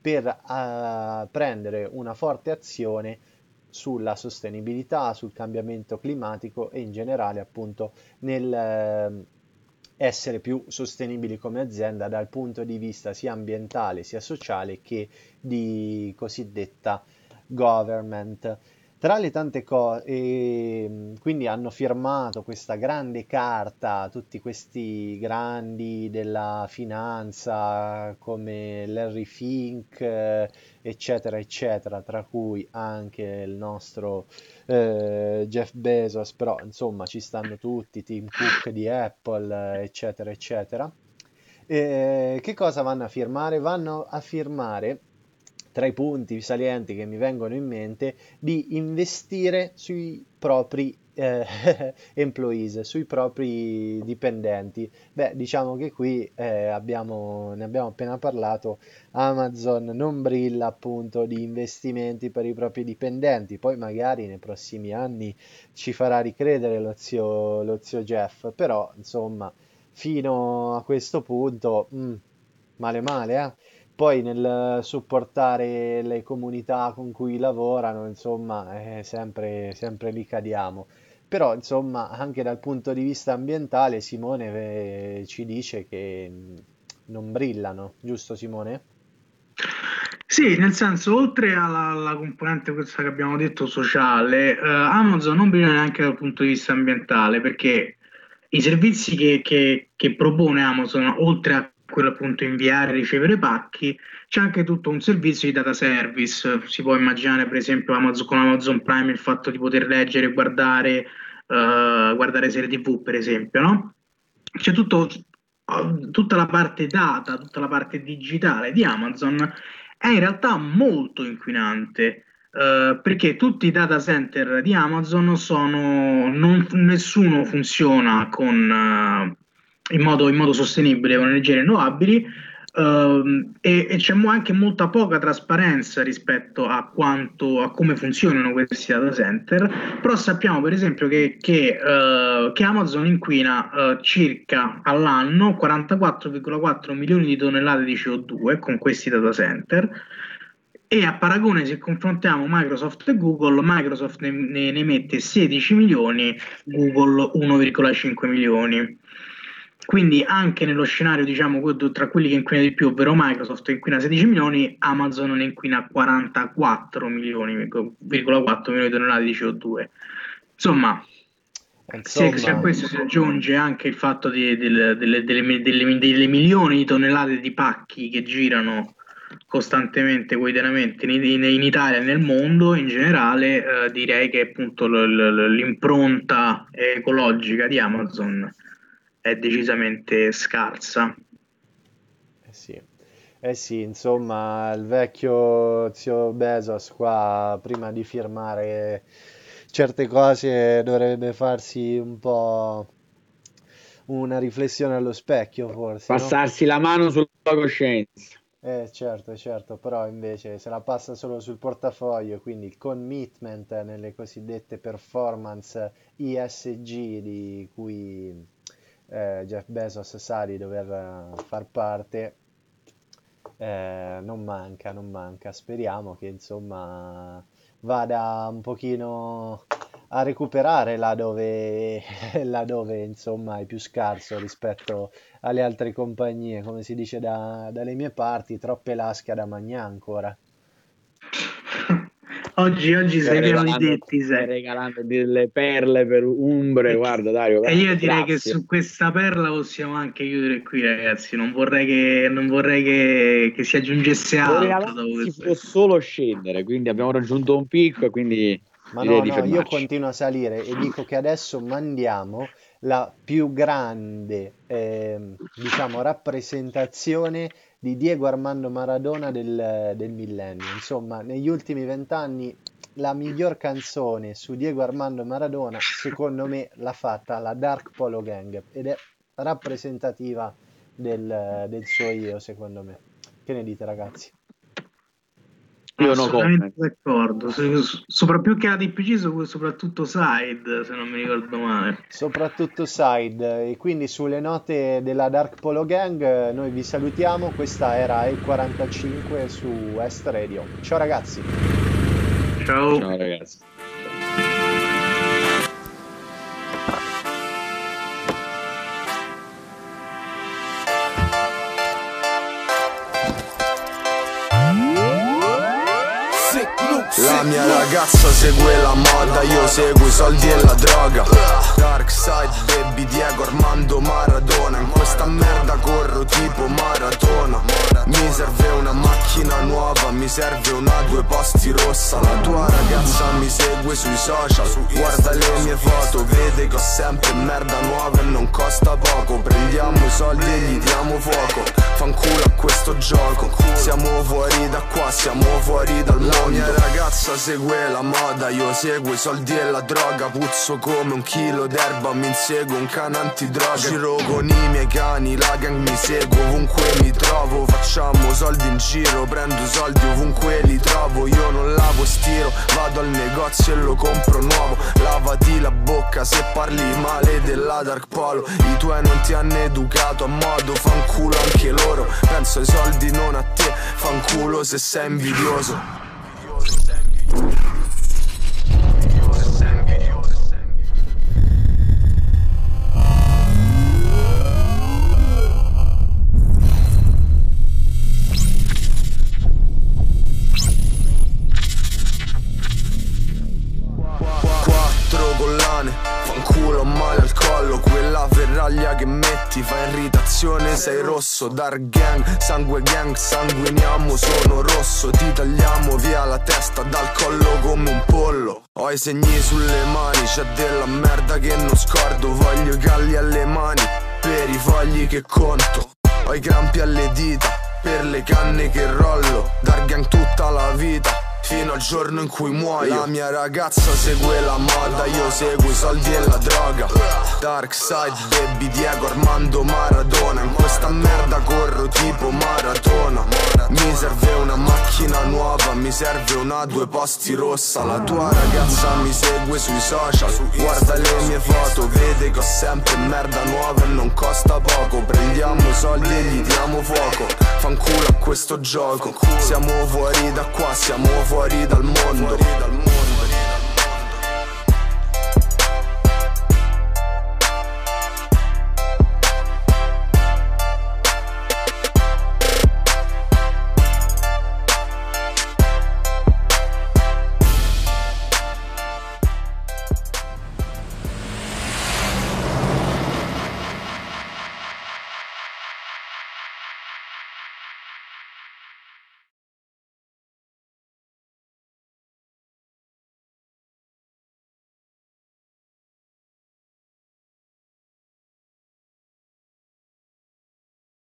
per eh, prendere una forte azione sulla sostenibilità, sul cambiamento climatico e in generale appunto nel eh, essere più sostenibili come azienda dal punto di vista sia ambientale sia sociale che di cosiddetta government. Tra le tante cose, quindi hanno firmato questa grande carta, tutti questi grandi della finanza come Larry Fink, eh, eccetera, eccetera, tra cui anche il nostro eh, Jeff Bezos, però insomma ci stanno tutti, Tim Cook di Apple, eh, eccetera, eccetera. Eh, che cosa vanno a firmare? Vanno a firmare, tra i punti salienti che mi vengono in mente, di investire sui propri eh, employees, sui propri dipendenti. Beh, diciamo che qui eh, abbiamo, ne abbiamo appena parlato, Amazon non brilla appunto di investimenti per i propri dipendenti, poi magari nei prossimi anni ci farà ricredere lo zio, lo zio Jeff, però insomma fino a questo punto mm, male male, eh? Poi nel supportare le comunità con cui lavorano, insomma, eh, sempre, sempre lì cadiamo. Però, insomma, anche dal punto di vista ambientale, Simone eh, ci dice che mm, non brillano, giusto Simone? Sì, nel senso, oltre alla, alla componente questa che abbiamo detto sociale, eh, Amazon non brilla neanche dal punto di vista ambientale, perché i servizi che, che- che propone Amazon, oltre a quello appunto inviare e ricevere pacchi, c'è anche tutto un servizio di data service. Si può immaginare, per esempio, Amazon, con Amazon Prime il fatto di poter leggere e guardare, eh, guardare serie T V, per esempio, no? C'è tutto, tutta la parte data, tutta la parte digitale di Amazon è in realtà molto inquinante, eh, perché tutti i data center di Amazon sono, non, nessuno funziona con, eh, in modo, in modo sostenibile con energie rinnovabili, ehm, e, e c'è mo- anche molta poca trasparenza rispetto a quanto, a come funzionano questi data center. Però sappiamo per esempio che, che, eh, che Amazon inquina eh, circa all'anno quarantaquattro virgola quattro milioni di tonnellate di C O due con questi data center, e a paragone, se confrontiamo Microsoft e Google, Microsoft ne, ne, ne mette sedici milioni, Google uno virgola cinque milioni. Quindi anche nello scenario, diciamo, tra quelli che inquina di più, ovvero Microsoft inquina sedici milioni, Amazon ne inquina quarantaquattro milioni, virgola quattro milioni di tonnellate di C O due. Insomma, se, se a Insomma, questo si aggiunge anche il fatto di- del- delle, delle- delle- delle milioni di tonnellate di pacchi che girano costantemente, quotidianamente in, in- in Italia e nel mondo in generale, eh, direi che appunto l- l- l'impronta ecologica di Amazon è decisamente scarsa. eh sì. Eh sì, insomma, il vecchio zio Bezos qua, prima di firmare certe cose, dovrebbe farsi un po' una riflessione allo specchio, forse, no? Passarsi la mano sulla coscienza. Eh, certo, certo, però invece se la passa solo sul portafoglio, quindi il commitment nelle cosiddette performance E S G di cui eh, Jeff Bezos sa di dover eh, far parte, eh, non manca, non manca. Speriamo che insomma vada un pochino a recuperare là dove, là dove insomma è più scarso rispetto alle altre compagnie, come si dice da- dalle mie parti, troppe lasche da mangiare ancora. Oggi, oggi Stai sei pieno di regalando, detti, stai sei. regalando delle perle per Umbre, E, guarda Dario, e io veramente, direi che grazie. su questa perla possiamo anche chiudere qui, ragazzi. Non vorrei che, non vorrei che, che si aggiungesse D'ora in altro dopo avanti si questo. può solo scendere, quindi abbiamo raggiunto un picco e quindi Ma direi no, di no, io fermarci. continuo a salire e dico che adesso mandiamo la più grande, ehm, diciamo, rappresentazione di Diego Armando Maradona del, del millennio. Insomma, negli ultimi vent'anni la miglior canzone su Diego Armando Maradona, secondo me, l'ha fatta la Dark Polo Gang ed è rappresentativa del, del suo io, secondo me. Che ne dite, ragazzi? Io no Assolutamente comment. d'accordo, S- sopra più che la D P G, so- soprattutto Side, se non mi ricordo male. Soprattutto Side. E quindi sulle note della Dark Polo Gang eh, noi vi salutiamo. Questa era E quarantacinque su Est Radio. Ciao ragazzi. Ciao. Ciao ragazzi. La mia ragazza segue la moda, io seguo i soldi e la droga. Dark side baby, Diego Armando Maradona. In questa merda corro tipo maratona. Mi serve una macchina nuova, mi serve una due posti rossa. La tua ragazza mi segue sui social, guarda le mie foto, vede che ho sempre merda nuova e non costa poco. Prendiamo i soldi e gli diamo fuoco, fanculo a questo gioco. Siamo fuori da qua, siamo fuori dal mondo. La mia ragazza segue la moda, io seguo i soldi e la droga. Puzzo come un chilo d'erba, mi inseguo un cane antidroga. Giro con i miei cani, la gang mi segue ovunque mi trovo. Facciamo soldi in giro, prendo soldi ovunque li trovo. Io non lavo stiro, vado al negozio e lo compro nuovo. Lavati la bocca se parli male della Dark Polo. I tuoi non ti hanno educato a modo, fanculo anche loro. Penso ai soldi non a te, fanculo se sei invidioso. Quattro collane, fanculo male al collo. Quella ferraglia che metti fa irritazione, sei rosso. Dark gang, sangue gang, sanguiniamo, sono rosso. Ti tagliamo via la testa dal collo come un pollo. Ho i segni sulle mani, c'è della merda che non scordo. Voglio i galli alle mani, per i fogli che conto. Ho i crampi alle dita, per le canne che rollo. Dark gang tutta la vita, fino al giorno in cui muoio. La mia ragazza segue la moda, io seguo i soldi e la droga. Dark side baby, Diego Armando Maradona. In questa merda corro tipo maratona. Mi serve una macchina nuova, mi serve una due posti rossa. La tua ragazza mi segue sui social, guarda le mie foto, vede che ho sempre merda nuova e non costa poco. Prendiamo i soldi e gli diamo fuoco, fanculo a questo gioco. Siamo fuori da qua, siamo fuori dal mondo.